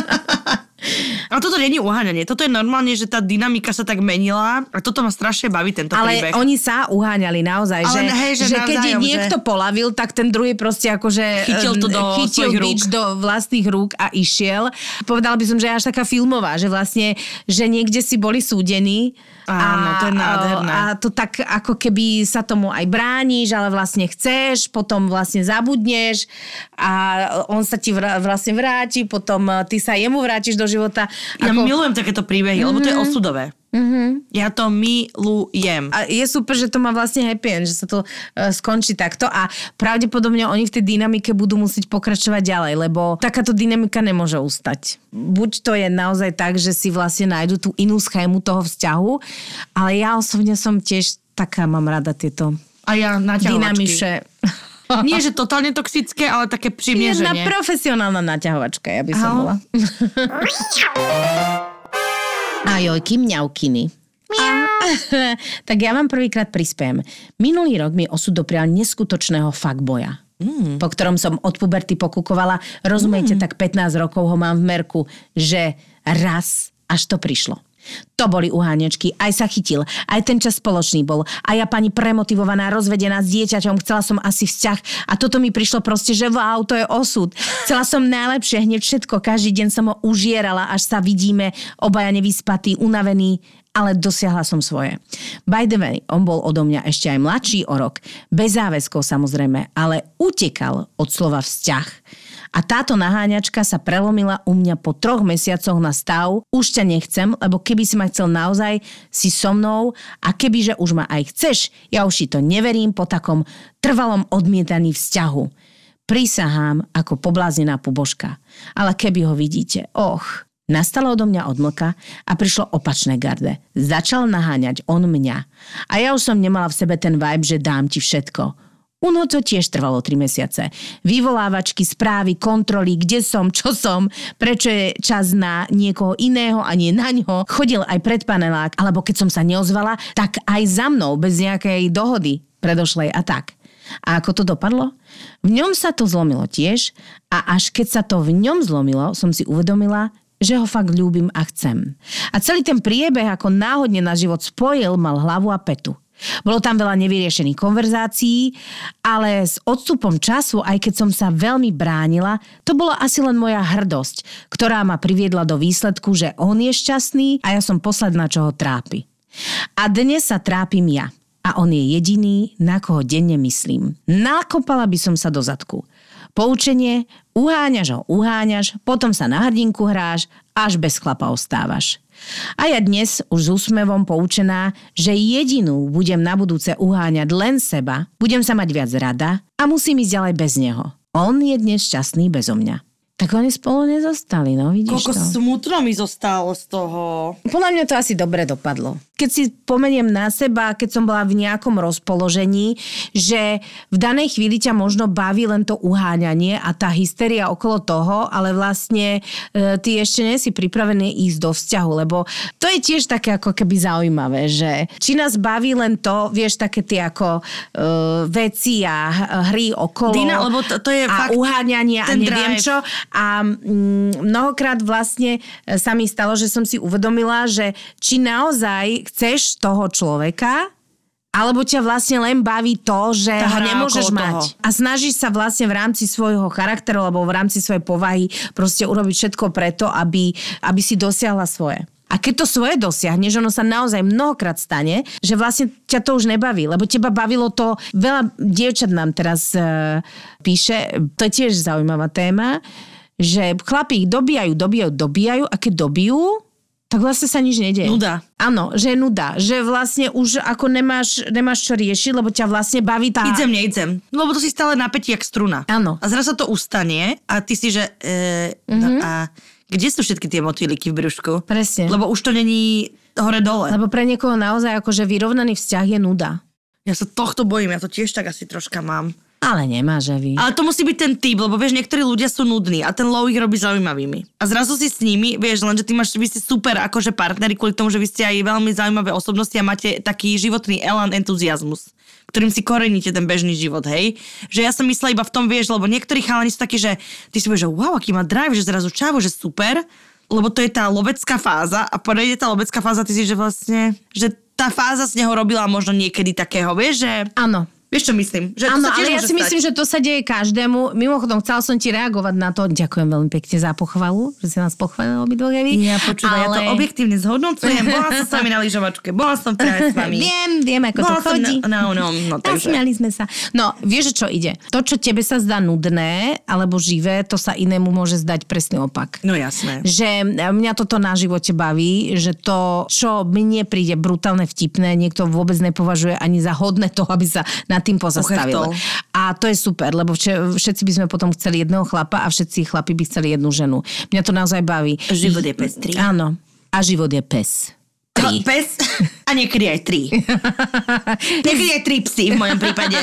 A toto nie je uháňanie. Toto je normálne, že tá dynamika sa tak menila a toto ma strašne baví, tento príbeh. Ale oni sa uháňali naozaj, ale že keď je niekto polavil, tak ten druhý proste akože chytil bič do vlastných rúk a išiel. Povedala by som, že je až taká filmová, že vlastne, že niekde si boli súdení. Áno, to je nádherné. A to tak ako keby sa tomu aj brániš, ale vlastne chceš, potom vlastne zabudneš a on sa ti vlastne vráti, potom ty sa jemu vrátiš do života. Ja milujem takéto príbehy, lebo to je osudové. Mm-hmm. Ja to milujem. A je super, že to má vlastne happy end, že sa to skončí takto a pravdepodobne oni v tej dynamike budú musieť pokračovať ďalej, lebo takáto dynamika nemôže ustať. Buď to je naozaj tak, že si vlastne nájdu tú inú schému toho vzťahu, ale ja osobne som tiež taká, mám rada tieto a ja dynamiše. Nie, že totálne toxické, ale také primieřenie. Jedna profesionálna naťahovačka, ja by som bola. Ajojky, mňaukiny. Tak ja vám prvýkrát prispiem. Minulý rok mi osud doprial neskutočného fuckboya. Po ktorom som od puberty pokúkovala. Rozumiete, tak 15 rokov ho mám v merku, že raz až to prišlo. To boli uháňačky, aj sa chytil, aj ten čas spoločný bol. A ja pani premotivovaná, rozvedená s dieťaťom, chcela som asi vzťah a toto mi prišlo proste, že wow, to je osud. Chcela som najlepšie, hneď všetko, každý deň som ho užierala, až sa vidíme, obaja nevyspatí, unavení, ale dosiahla som svoje. By the way, on bol odo mňa ešte aj mladší o rok, bez záväzkov samozrejme, ale utekal od slova vzťah. A táto naháňačka sa prelomila u mňa po 3 mesiacoch na stav už ťa nechcem, lebo keby si ma chcel naozaj, si so mnou a kebyže už ma aj chceš, ja už ti to neverím po takom trvalom odmietaní vzťahu. Prisahám ako pobláznená pubožka. Ale keby ho vidíte, nastala odo mňa odmlka a prišlo opačné garde. Začal naháňať on mňa. A ja už som nemala v sebe ten vibe, že dám ti všetko. Uno to tiež trvalo 3 mesiace. Vyvolávačky, správy, kontroly, kde som, čo som, prečo je čas na niekoho iného a nie na ňo. Chodil aj pred panelák, alebo keď som sa neozvala, tak aj za mnou, bez nejakej dohody predošlej a tak. A ako to dopadlo? V ňom sa to zlomilo tiež a až keď sa to v ňom zlomilo, som si uvedomila, že ho fakt ľúbim a chcem. A celý ten priebeh, ako náhodne na život spojil, mal hlavu a petu. Bolo tam veľa nevyriešených konverzácií, ale s odstupom času, aj keď som sa veľmi bránila, to bola asi len moja hrdosť, ktorá ma priviedla do výsledku, že on je šťastný a ja som posledná, čo ho trápi. A dnes sa trápim ja. A on je jediný, na koho denne myslím. Nakopala by som sa do zadku. Poučenie, uháňaš, potom sa na hrdinku hráš, až bez chlapa ostávaš. A ja dnes už s úsmevom poučená, že jedinú budem na budúce uháňať len seba, budem sa mať viac rada a musím ísť ďalej bez neho. On je dnes šťastný bezo mňa. Tak oni spolu nezostali, no vidíš Koľko to. smutno mi zostalo z toho. Podľa mňa to asi dobre dopadlo. Keď si pomeniem na seba, keď som bola v nejakom rozpoložení, že v danej chvíli ťa možno baví len to uháňanie a tá hysteria okolo toho, ale vlastne ty ešte nie si pripravený ísť do vzťahu, lebo to je tiež také ako keby zaujímavé, že či nás baví len to, vieš, také tie ako veci a hry okolo Dina, lebo to je a fakt uháňanie a neviem drive. čo. A mnohokrát vlastne sa mi stalo, že som si uvedomila, že či naozaj chceš toho človeka, alebo ťa vlastne len baví to, že ho nemôžeš mať. A snažíš sa vlastne v rámci svojho charakteru alebo v rámci svojej povahy proste urobiť všetko preto, aby si dosiahla svoje. A keď to svoje dosiahneš, ono sa naozaj mnohokrát stane, že vlastne ťa to už nebaví, lebo teba bavilo to, veľa dievčat nám teraz píše, to je tiež zaujímavá téma, že chlapi ich dobíjajú a keď dobijú, tak vlastne sa nič nedieje. Nuda. Áno, že je nuda. Že vlastne už ako nemáš čo riešiť, lebo ťa vlastne baví tá... Nejdem. Lebo to si stále napätí jak struna. Áno. A zrazu sa to ustane a ty si, že... No a kde sú všetky tie motýliky v brúšku? Presne. Lebo už to není hore-dole. Lebo pre niekoho naozaj akože vyrovnaný vzťah je nuda. Ja sa tohto bojím, ja to tiež tak asi troška mám. Ale nemáš, Evi. Ale to musí byť ten typ, lebo vieš, niektorí ľudia sú nudní a ten low ich robí zaujímavými. A zrazu si s nimi, vieš, lenže vy ste super akože partneri kvôli tomu, že vy ste aj veľmi zaujímavé osobnosti a máte taký životný elán, entuziasmus, ktorým si koreníte ten bežný život, hej? Že ja som myslela iba v tom, vieš, lebo niektorí chalani sú takí, že ty si povieš, že wow, aký má drive, že zrazu čavo, že super, lebo to je tá lovecká fáza a prejde tá lovecká fáza, ty si, že vlastne, že tá fáza z neho robila možno niekedy takého, vieš, že... Áno. Vieš, čo myslím? Že áno, ale ja si myslím, že to sa deje každému. Mimochodom, chcela som ti reagovať na to. Ďakujem veľmi pekne za pochvalu, že si nás pochválila obidvoch, Evi. Ja počúva, ja to objektívne zhodnocujem. Bola som s vami na lyžovačke, bola som včera s vami. Viem, ako to chodí. No, takže. Nasmiali sme sa. No, vieš, čo ide? To, čo tebe sa zdá nudné, alebo živé, to sa inému môže zdať presný opak. No jasné. Že mňa toto na živote baví, že to, čo mne príde brutálne vtipné, niekto vôbec nepovažuje ani za hodné toho, aby sa na tým pozastavil. A to je super, lebo všetci by sme potom chceli jedného chlapa a všetci chlapi by chceli jednu ženu. Mňa to naozaj baví. Život je pestrý. Áno. A život je pes. 3. Pes a niekedy aj 3. Niekedy aj 3 psy v mojom prípade.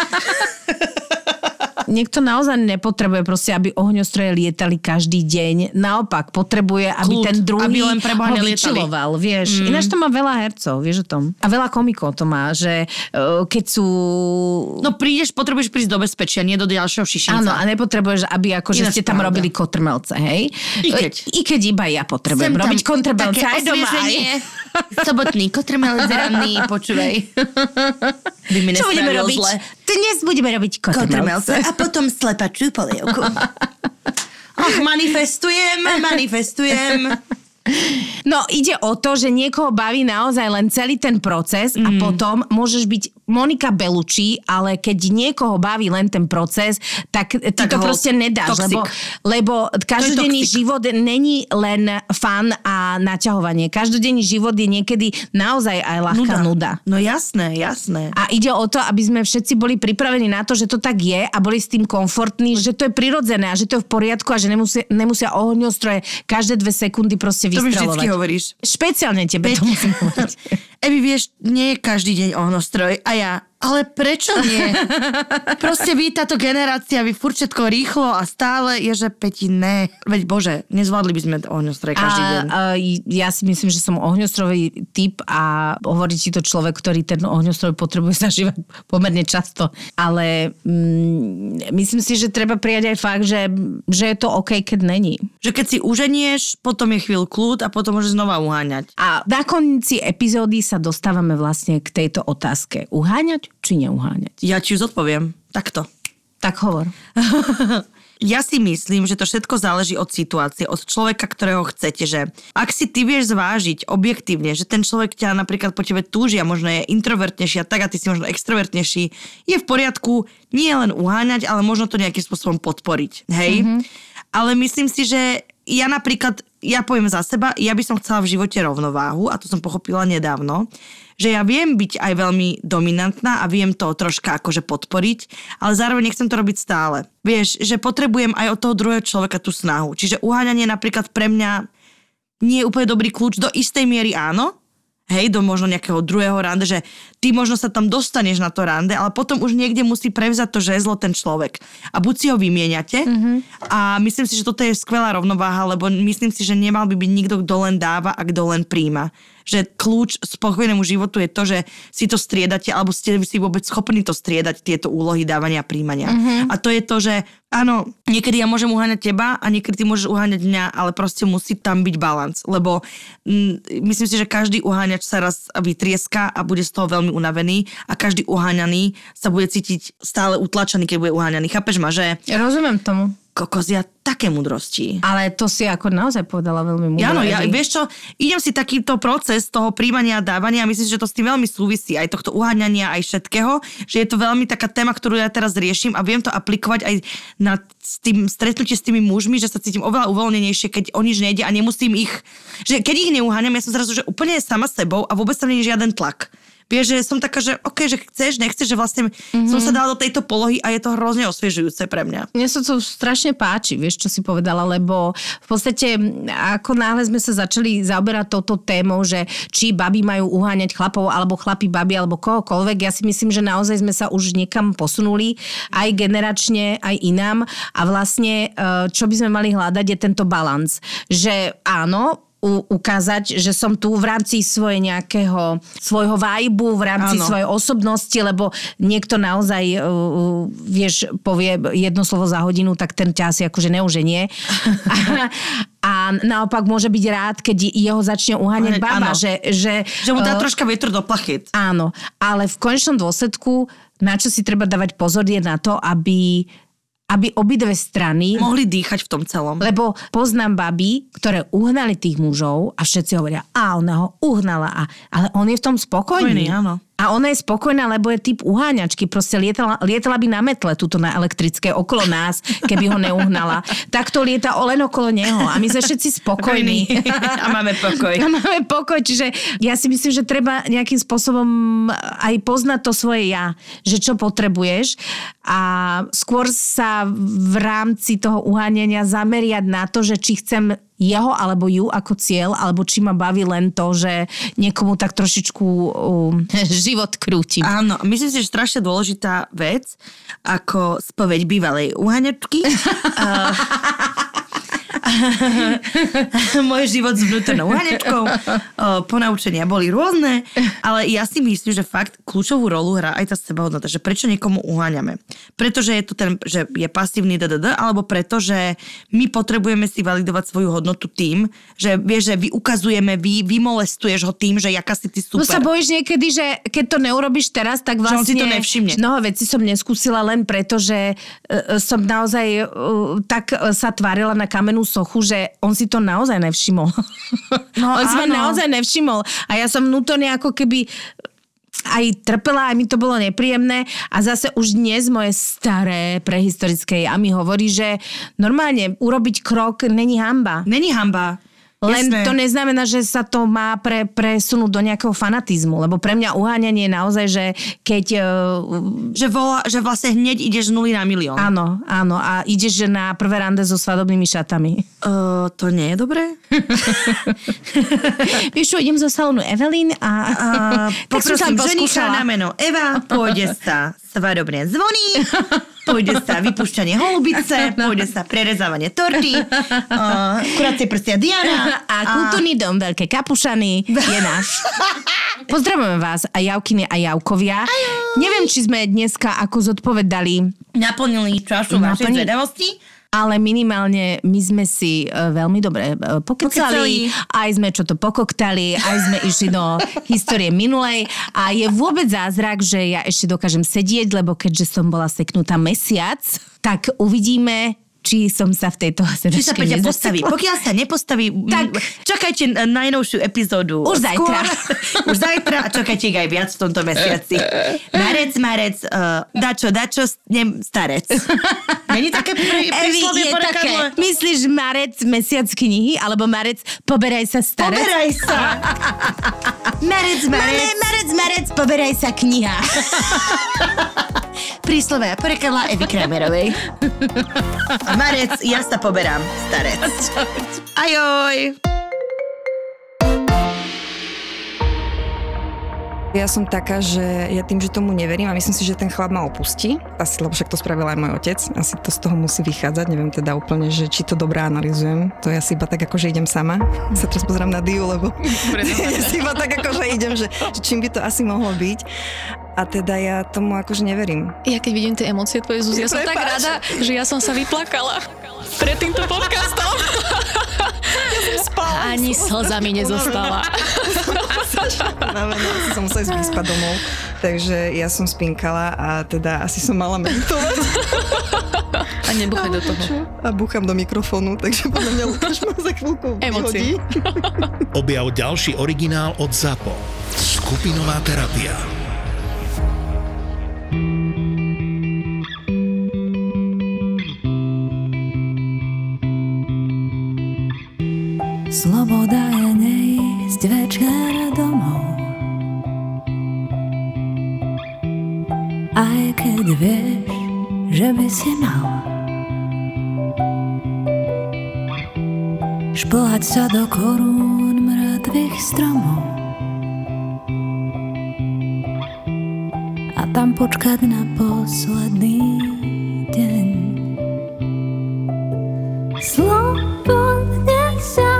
Niekto naozaj nepotrebuje proste, aby ohňostroje lietali každý deň. Naopak, potrebuje, aby kľud, ten druhý aby len ho vyčiloval, vieš. Ináč to má veľa hercov, vieš o tom. A veľa komikov to má, že keď sú... No potrebuješ prísť do bezpečia, nie do ďalšieho šišinca. Áno, a nepotrebuješ, aby akože ste tam robili kotrmelce, hej? I keď iba ja potrebujem robiť kotrmelce aj doma. Sobotný kotrmelec ranný, počúvaj. Čo budeme robiť? Dnes budeme robiť kotrmelce. A potom slepačú polievku. Ach, manifestujem. No, ide o to, že niekoho baví naozaj len celý ten proces a potom môžeš byť Monika Bellucci, ale keď niekoho baví len ten proces, tak ty to proste nedáš, lebo každodenný život není len fun a naťahovanie. Každodenný život je niekedy naozaj aj ľahká nuda. No jasné. A ide o to, aby sme všetci boli pripravení na to, že to tak je a boli s tým komfortní, že to je prirodzené a že to je v poriadku a že nemusia ohňostroje každé 2 sekundy proste vystreľovať. To mi vždycky hovoríš. Špeciálne tebe to musím povedať. Evi, vieš, nie je každý deň ohňostroj a ja, ale prečo nie? Proste vy, táto generácia, vy furt všetko rýchlo a stále je, že Peti, ne. Veď Bože, nezvládli by sme ohňostroj každý deň. Ja si myslím, že som ohňostrový typ a hovorí ti to človek, ktorý ten ohňostroj potrebuje zažívať pomerne často. Ale myslím si, že treba prijať aj fakt, že je to OK, keď není. Že keď si uženieš, potom je chvíľu kľud a potom môžeš znova uháňať. A na konci epizódy sa dostávame vlastne k tejto otázke. Uháňať či neuháňať? Ja ti už odpoviem. Takto. Tak hovor. Ja si myslím, že to všetko záleží od situácie, od človeka, ktorého chcete, že ak si ty vieš zvážiť objektívne, že ten človek ťa napríklad po tebe túži a možno je introvertnejší a tak a ty si možno extrovertnejší, je v poriadku nie len uháňať, ale možno to nejakým spôsobom podporiť. Hej? Mm-hmm. Ale myslím si, že ja napríklad, ja poviem za seba, ja by som chcela v živote rovnováhu a to som pochopila nedávno, že ja viem byť aj veľmi dominantná a viem to troška akože podporiť, ale zároveň nechcem to robiť stále. Vieš, že potrebujem aj od toho druhého človeka tú snahu. Čiže uháňanie napríklad pre mňa nie je úplne dobrý kľúč, do istej miery áno, hej, do možno nejakého druhého rande, že ty možno sa tam dostaneš na to rande, ale potom už niekde musí prevzať to žezlo ten človek. A buď si ho vymieňate a myslím si, že toto je skvelá rovnováha, lebo myslím si, že nemal by byť nikto, kto len dáva a kto len príjma. Že kľúč spokojnému životu je to, že si to striedate, alebo ste si vôbec schopní to striedať, tieto úlohy dávania a príjmania. A to je to, že áno, niekedy ja môžem uháňať teba a niekedy ty môžeš uháňať mňa, ale proste musí tam byť balans, lebo myslím si, že každý uháňač sa raz vytrieska a bude z toho veľmi unavený a každý uháňaný sa bude cítiť stále utlačený, keď bude uháňaný. Chápeš ma, že... Ja rozumiem tomu. Kokozia, také múdrosti. Ale to si ako naozaj povedala veľmi múdro. Áno, vieš čo, idem si takýto proces toho príjmania a dávania a myslím, že to s tým veľmi súvisí, aj tohto uháňania, aj všetkého, že je to veľmi taká téma, ktorú ja teraz riešim a viem to aplikovať aj na stretnutie s tými mužmi, že sa cítim oveľa uvoľnenejšie, keď o nič nejde a nemusím ich, že keď ich neuháňam, ja som zrazu, že úplne sama sebou a vôbec tam nie je žiaden tlak. Vieš, že som taká, že OK, že chceš, nechceš, že vlastne som sa dala do tejto polohy a je to hrozne osviežujúce pre mňa. Mne sa to strašne páči, vieš, čo si povedala, lebo v podstate ako náhle sme sa začali zaoberať touto témou, že či baby majú uháňať chlapov, alebo chlapi baby, alebo kohokoľvek, ja si myslím, že naozaj sme sa už niekam posunuli, aj generačne, aj inám a vlastne, čo by sme mali hľadať, je tento balans. Že áno, ukázať, že som tu v rámci svojho vibe, v rámci svojej osobnosti, lebo niekto naozaj, vieš, povie jedno slovo za hodinu, tak ten ťa asi akože neuženie. A naopak môže byť rád, keď jeho začne uháňať baba. Že mu dá troška vietor do plachet. Áno, ale v konečnom dôsledku, na čo si treba dávať pozor, je na to, aby obidve strany mohli dýchať v tom celom. Lebo poznám baby, ktoré uhnali tých mužov a všetci hovoria, ona ho uhnala, ale on je v tom spokojný. Áno. A ona je spokojná, lebo je typ uháňačky. Proste lietala by na metle tuto na elektrické okolo nás, keby ho neuhnala. Tak to lieta len okolo neho. A my sme všetci spokojní. A máme pokoj. A máme pokoj. Čiže ja si myslím, že treba nejakým spôsobom aj poznať to svoje ja. Že čo potrebuješ. A skôr sa v rámci toho uháňania zameriať na to, že či chcem jeho alebo ju ako cieľ, alebo či ma baví len to, že niekomu tak trošičku život krútim. Áno, myslím si, že strašne dôležitá vec, ako spoveď bývalej uháňačky. Môj život s vnútornou uháňačkou, ponaučenia boli rôzne, ale ja si myslím, že fakt kľúčovú rolu hrá aj tá sebahodnota, že prečo niekomu uháňame. Pretože je to že je pasívny alebo preto, že my potrebujeme si validovať svoju hodnotu tým, že vieš, že ukazujeme, vymolestuješ ho tým, že jaká si ty super. No sa bojíš niekedy, že keď to neurobiš teraz, tak vlastne... Že on si to nevšimne. Mnoho vecí som neskúsila len preto, že som naozaj tak sa tvárila na kamennú sochu, že on si to naozaj nevšimol. No, on si ma naozaj nevšimol. A ja som vnútorne ako keby aj trpela, aj mi to bolo nepríjemné a zase už dnes moje staré prehistorické ja mi hovorí, že normálne urobiť krok není hanba. Není hanba. Len Jasné. To neznamená, že sa to má presunúť do nejakého fanatizmu, lebo pre mňa uháňanie je naozaj, že keď... Že vlastne hneď ideš z 0 na milión. Áno, a ideš na prvé rande so svadobnými šatami. To nie je dobré? Vieš čo, idem zo salónu Evelyn a poprosím ženicha na meno Eva, pôjde sa svadobné zvony, pôjde sa vypúšťanie holubice, pôjde sa prerezávanie torty, kuracie prstia Diana. A kultúrny dom Veľké Kapušany je náš. Pozdravujeme vás a javkyne a javkovia. Neviem, či sme dneska ako zodpovedali. Naplnili čašu vašej zvedavosti. Ale minimálne my sme si veľmi dobre pokecali, aj sme čo to pokoktali, aj sme išli do histórie minulej a je vôbec zázrak, že ja ešte dokážem sedieť, lebo keďže som bola seknutá mesiac, tak uvidíme, či som sa v tejto sedačke či sa Peťa postaví. Pokiaľ sa nepostaví, tak čakajte najnovšiu epizódu. Už zajtra. Už zajtra a čakajte ich aj viac v tomto mesiaci. Marec, dačo, starec. Není také príslovie porekadlo? Myslíš marec, mesiac knihy, alebo marec, poberaj sa starec? Poberaj sa. Marec, poberaj sa kniha. Príslové porekadla Evy Kramerovej. A marec, ja sa poberám, starec. Ajoj. Ja som taká, že ja tým, že tomu neverím a myslím si, že ten chlap ma opustí. Asi, lebo však to spravil aj môj otec. Asi to z toho musí vychádzať. Neviem teda úplne, že či to dobre analyzujem. To ja si iba tak ako, že idem sama. Sa teraz pozerám na Diu, lebo si iba tak ako, že idem, že čím by to asi mohlo byť. A teda ja tomu akože neverím. Ja keď vidím tie emócie tvoje, Zuzi, ja som tak rada, že ja som sa vyplakala pred týmto podcastom. Ja som spala. Ani slza mi nezostala. Asi som musela ísť vyspať domov. Takže ja som spinkala a teda asi som mala meditovať. A nebuchaj do toho. A búcham do mikrofónu, takže podľa mňa Lukáš ma za chvíľku vyhodí. Objav ďalší originál od ZAPO. Skupinová terapia. Sloboda je neísť večer domov, aj keď vieš, že by si mal šplhať sa do korún mŕtvych stromov a tam počkať na posledný deň. Slobodne sa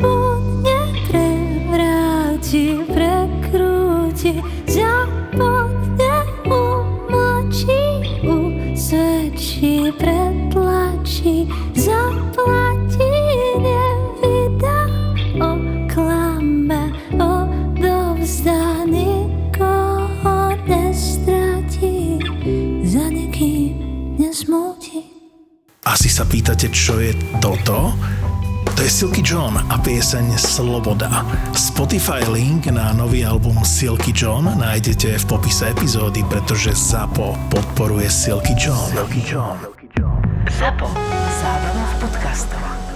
prekrúti, zapotne umlčí, usvedčí, pretlačí, zaplatí, nevydá, oklame, odovzdá, nikoho nestratí, za nikým nesmúti. Asi sa pýtate, čo je toto? To je Silky John a pieseň Sloboda. Spotify link na nový album Silky John nájdete v popise epizódy, pretože ZAPO podporuje Silky John. ZAPO. Zábrná v podcastovách.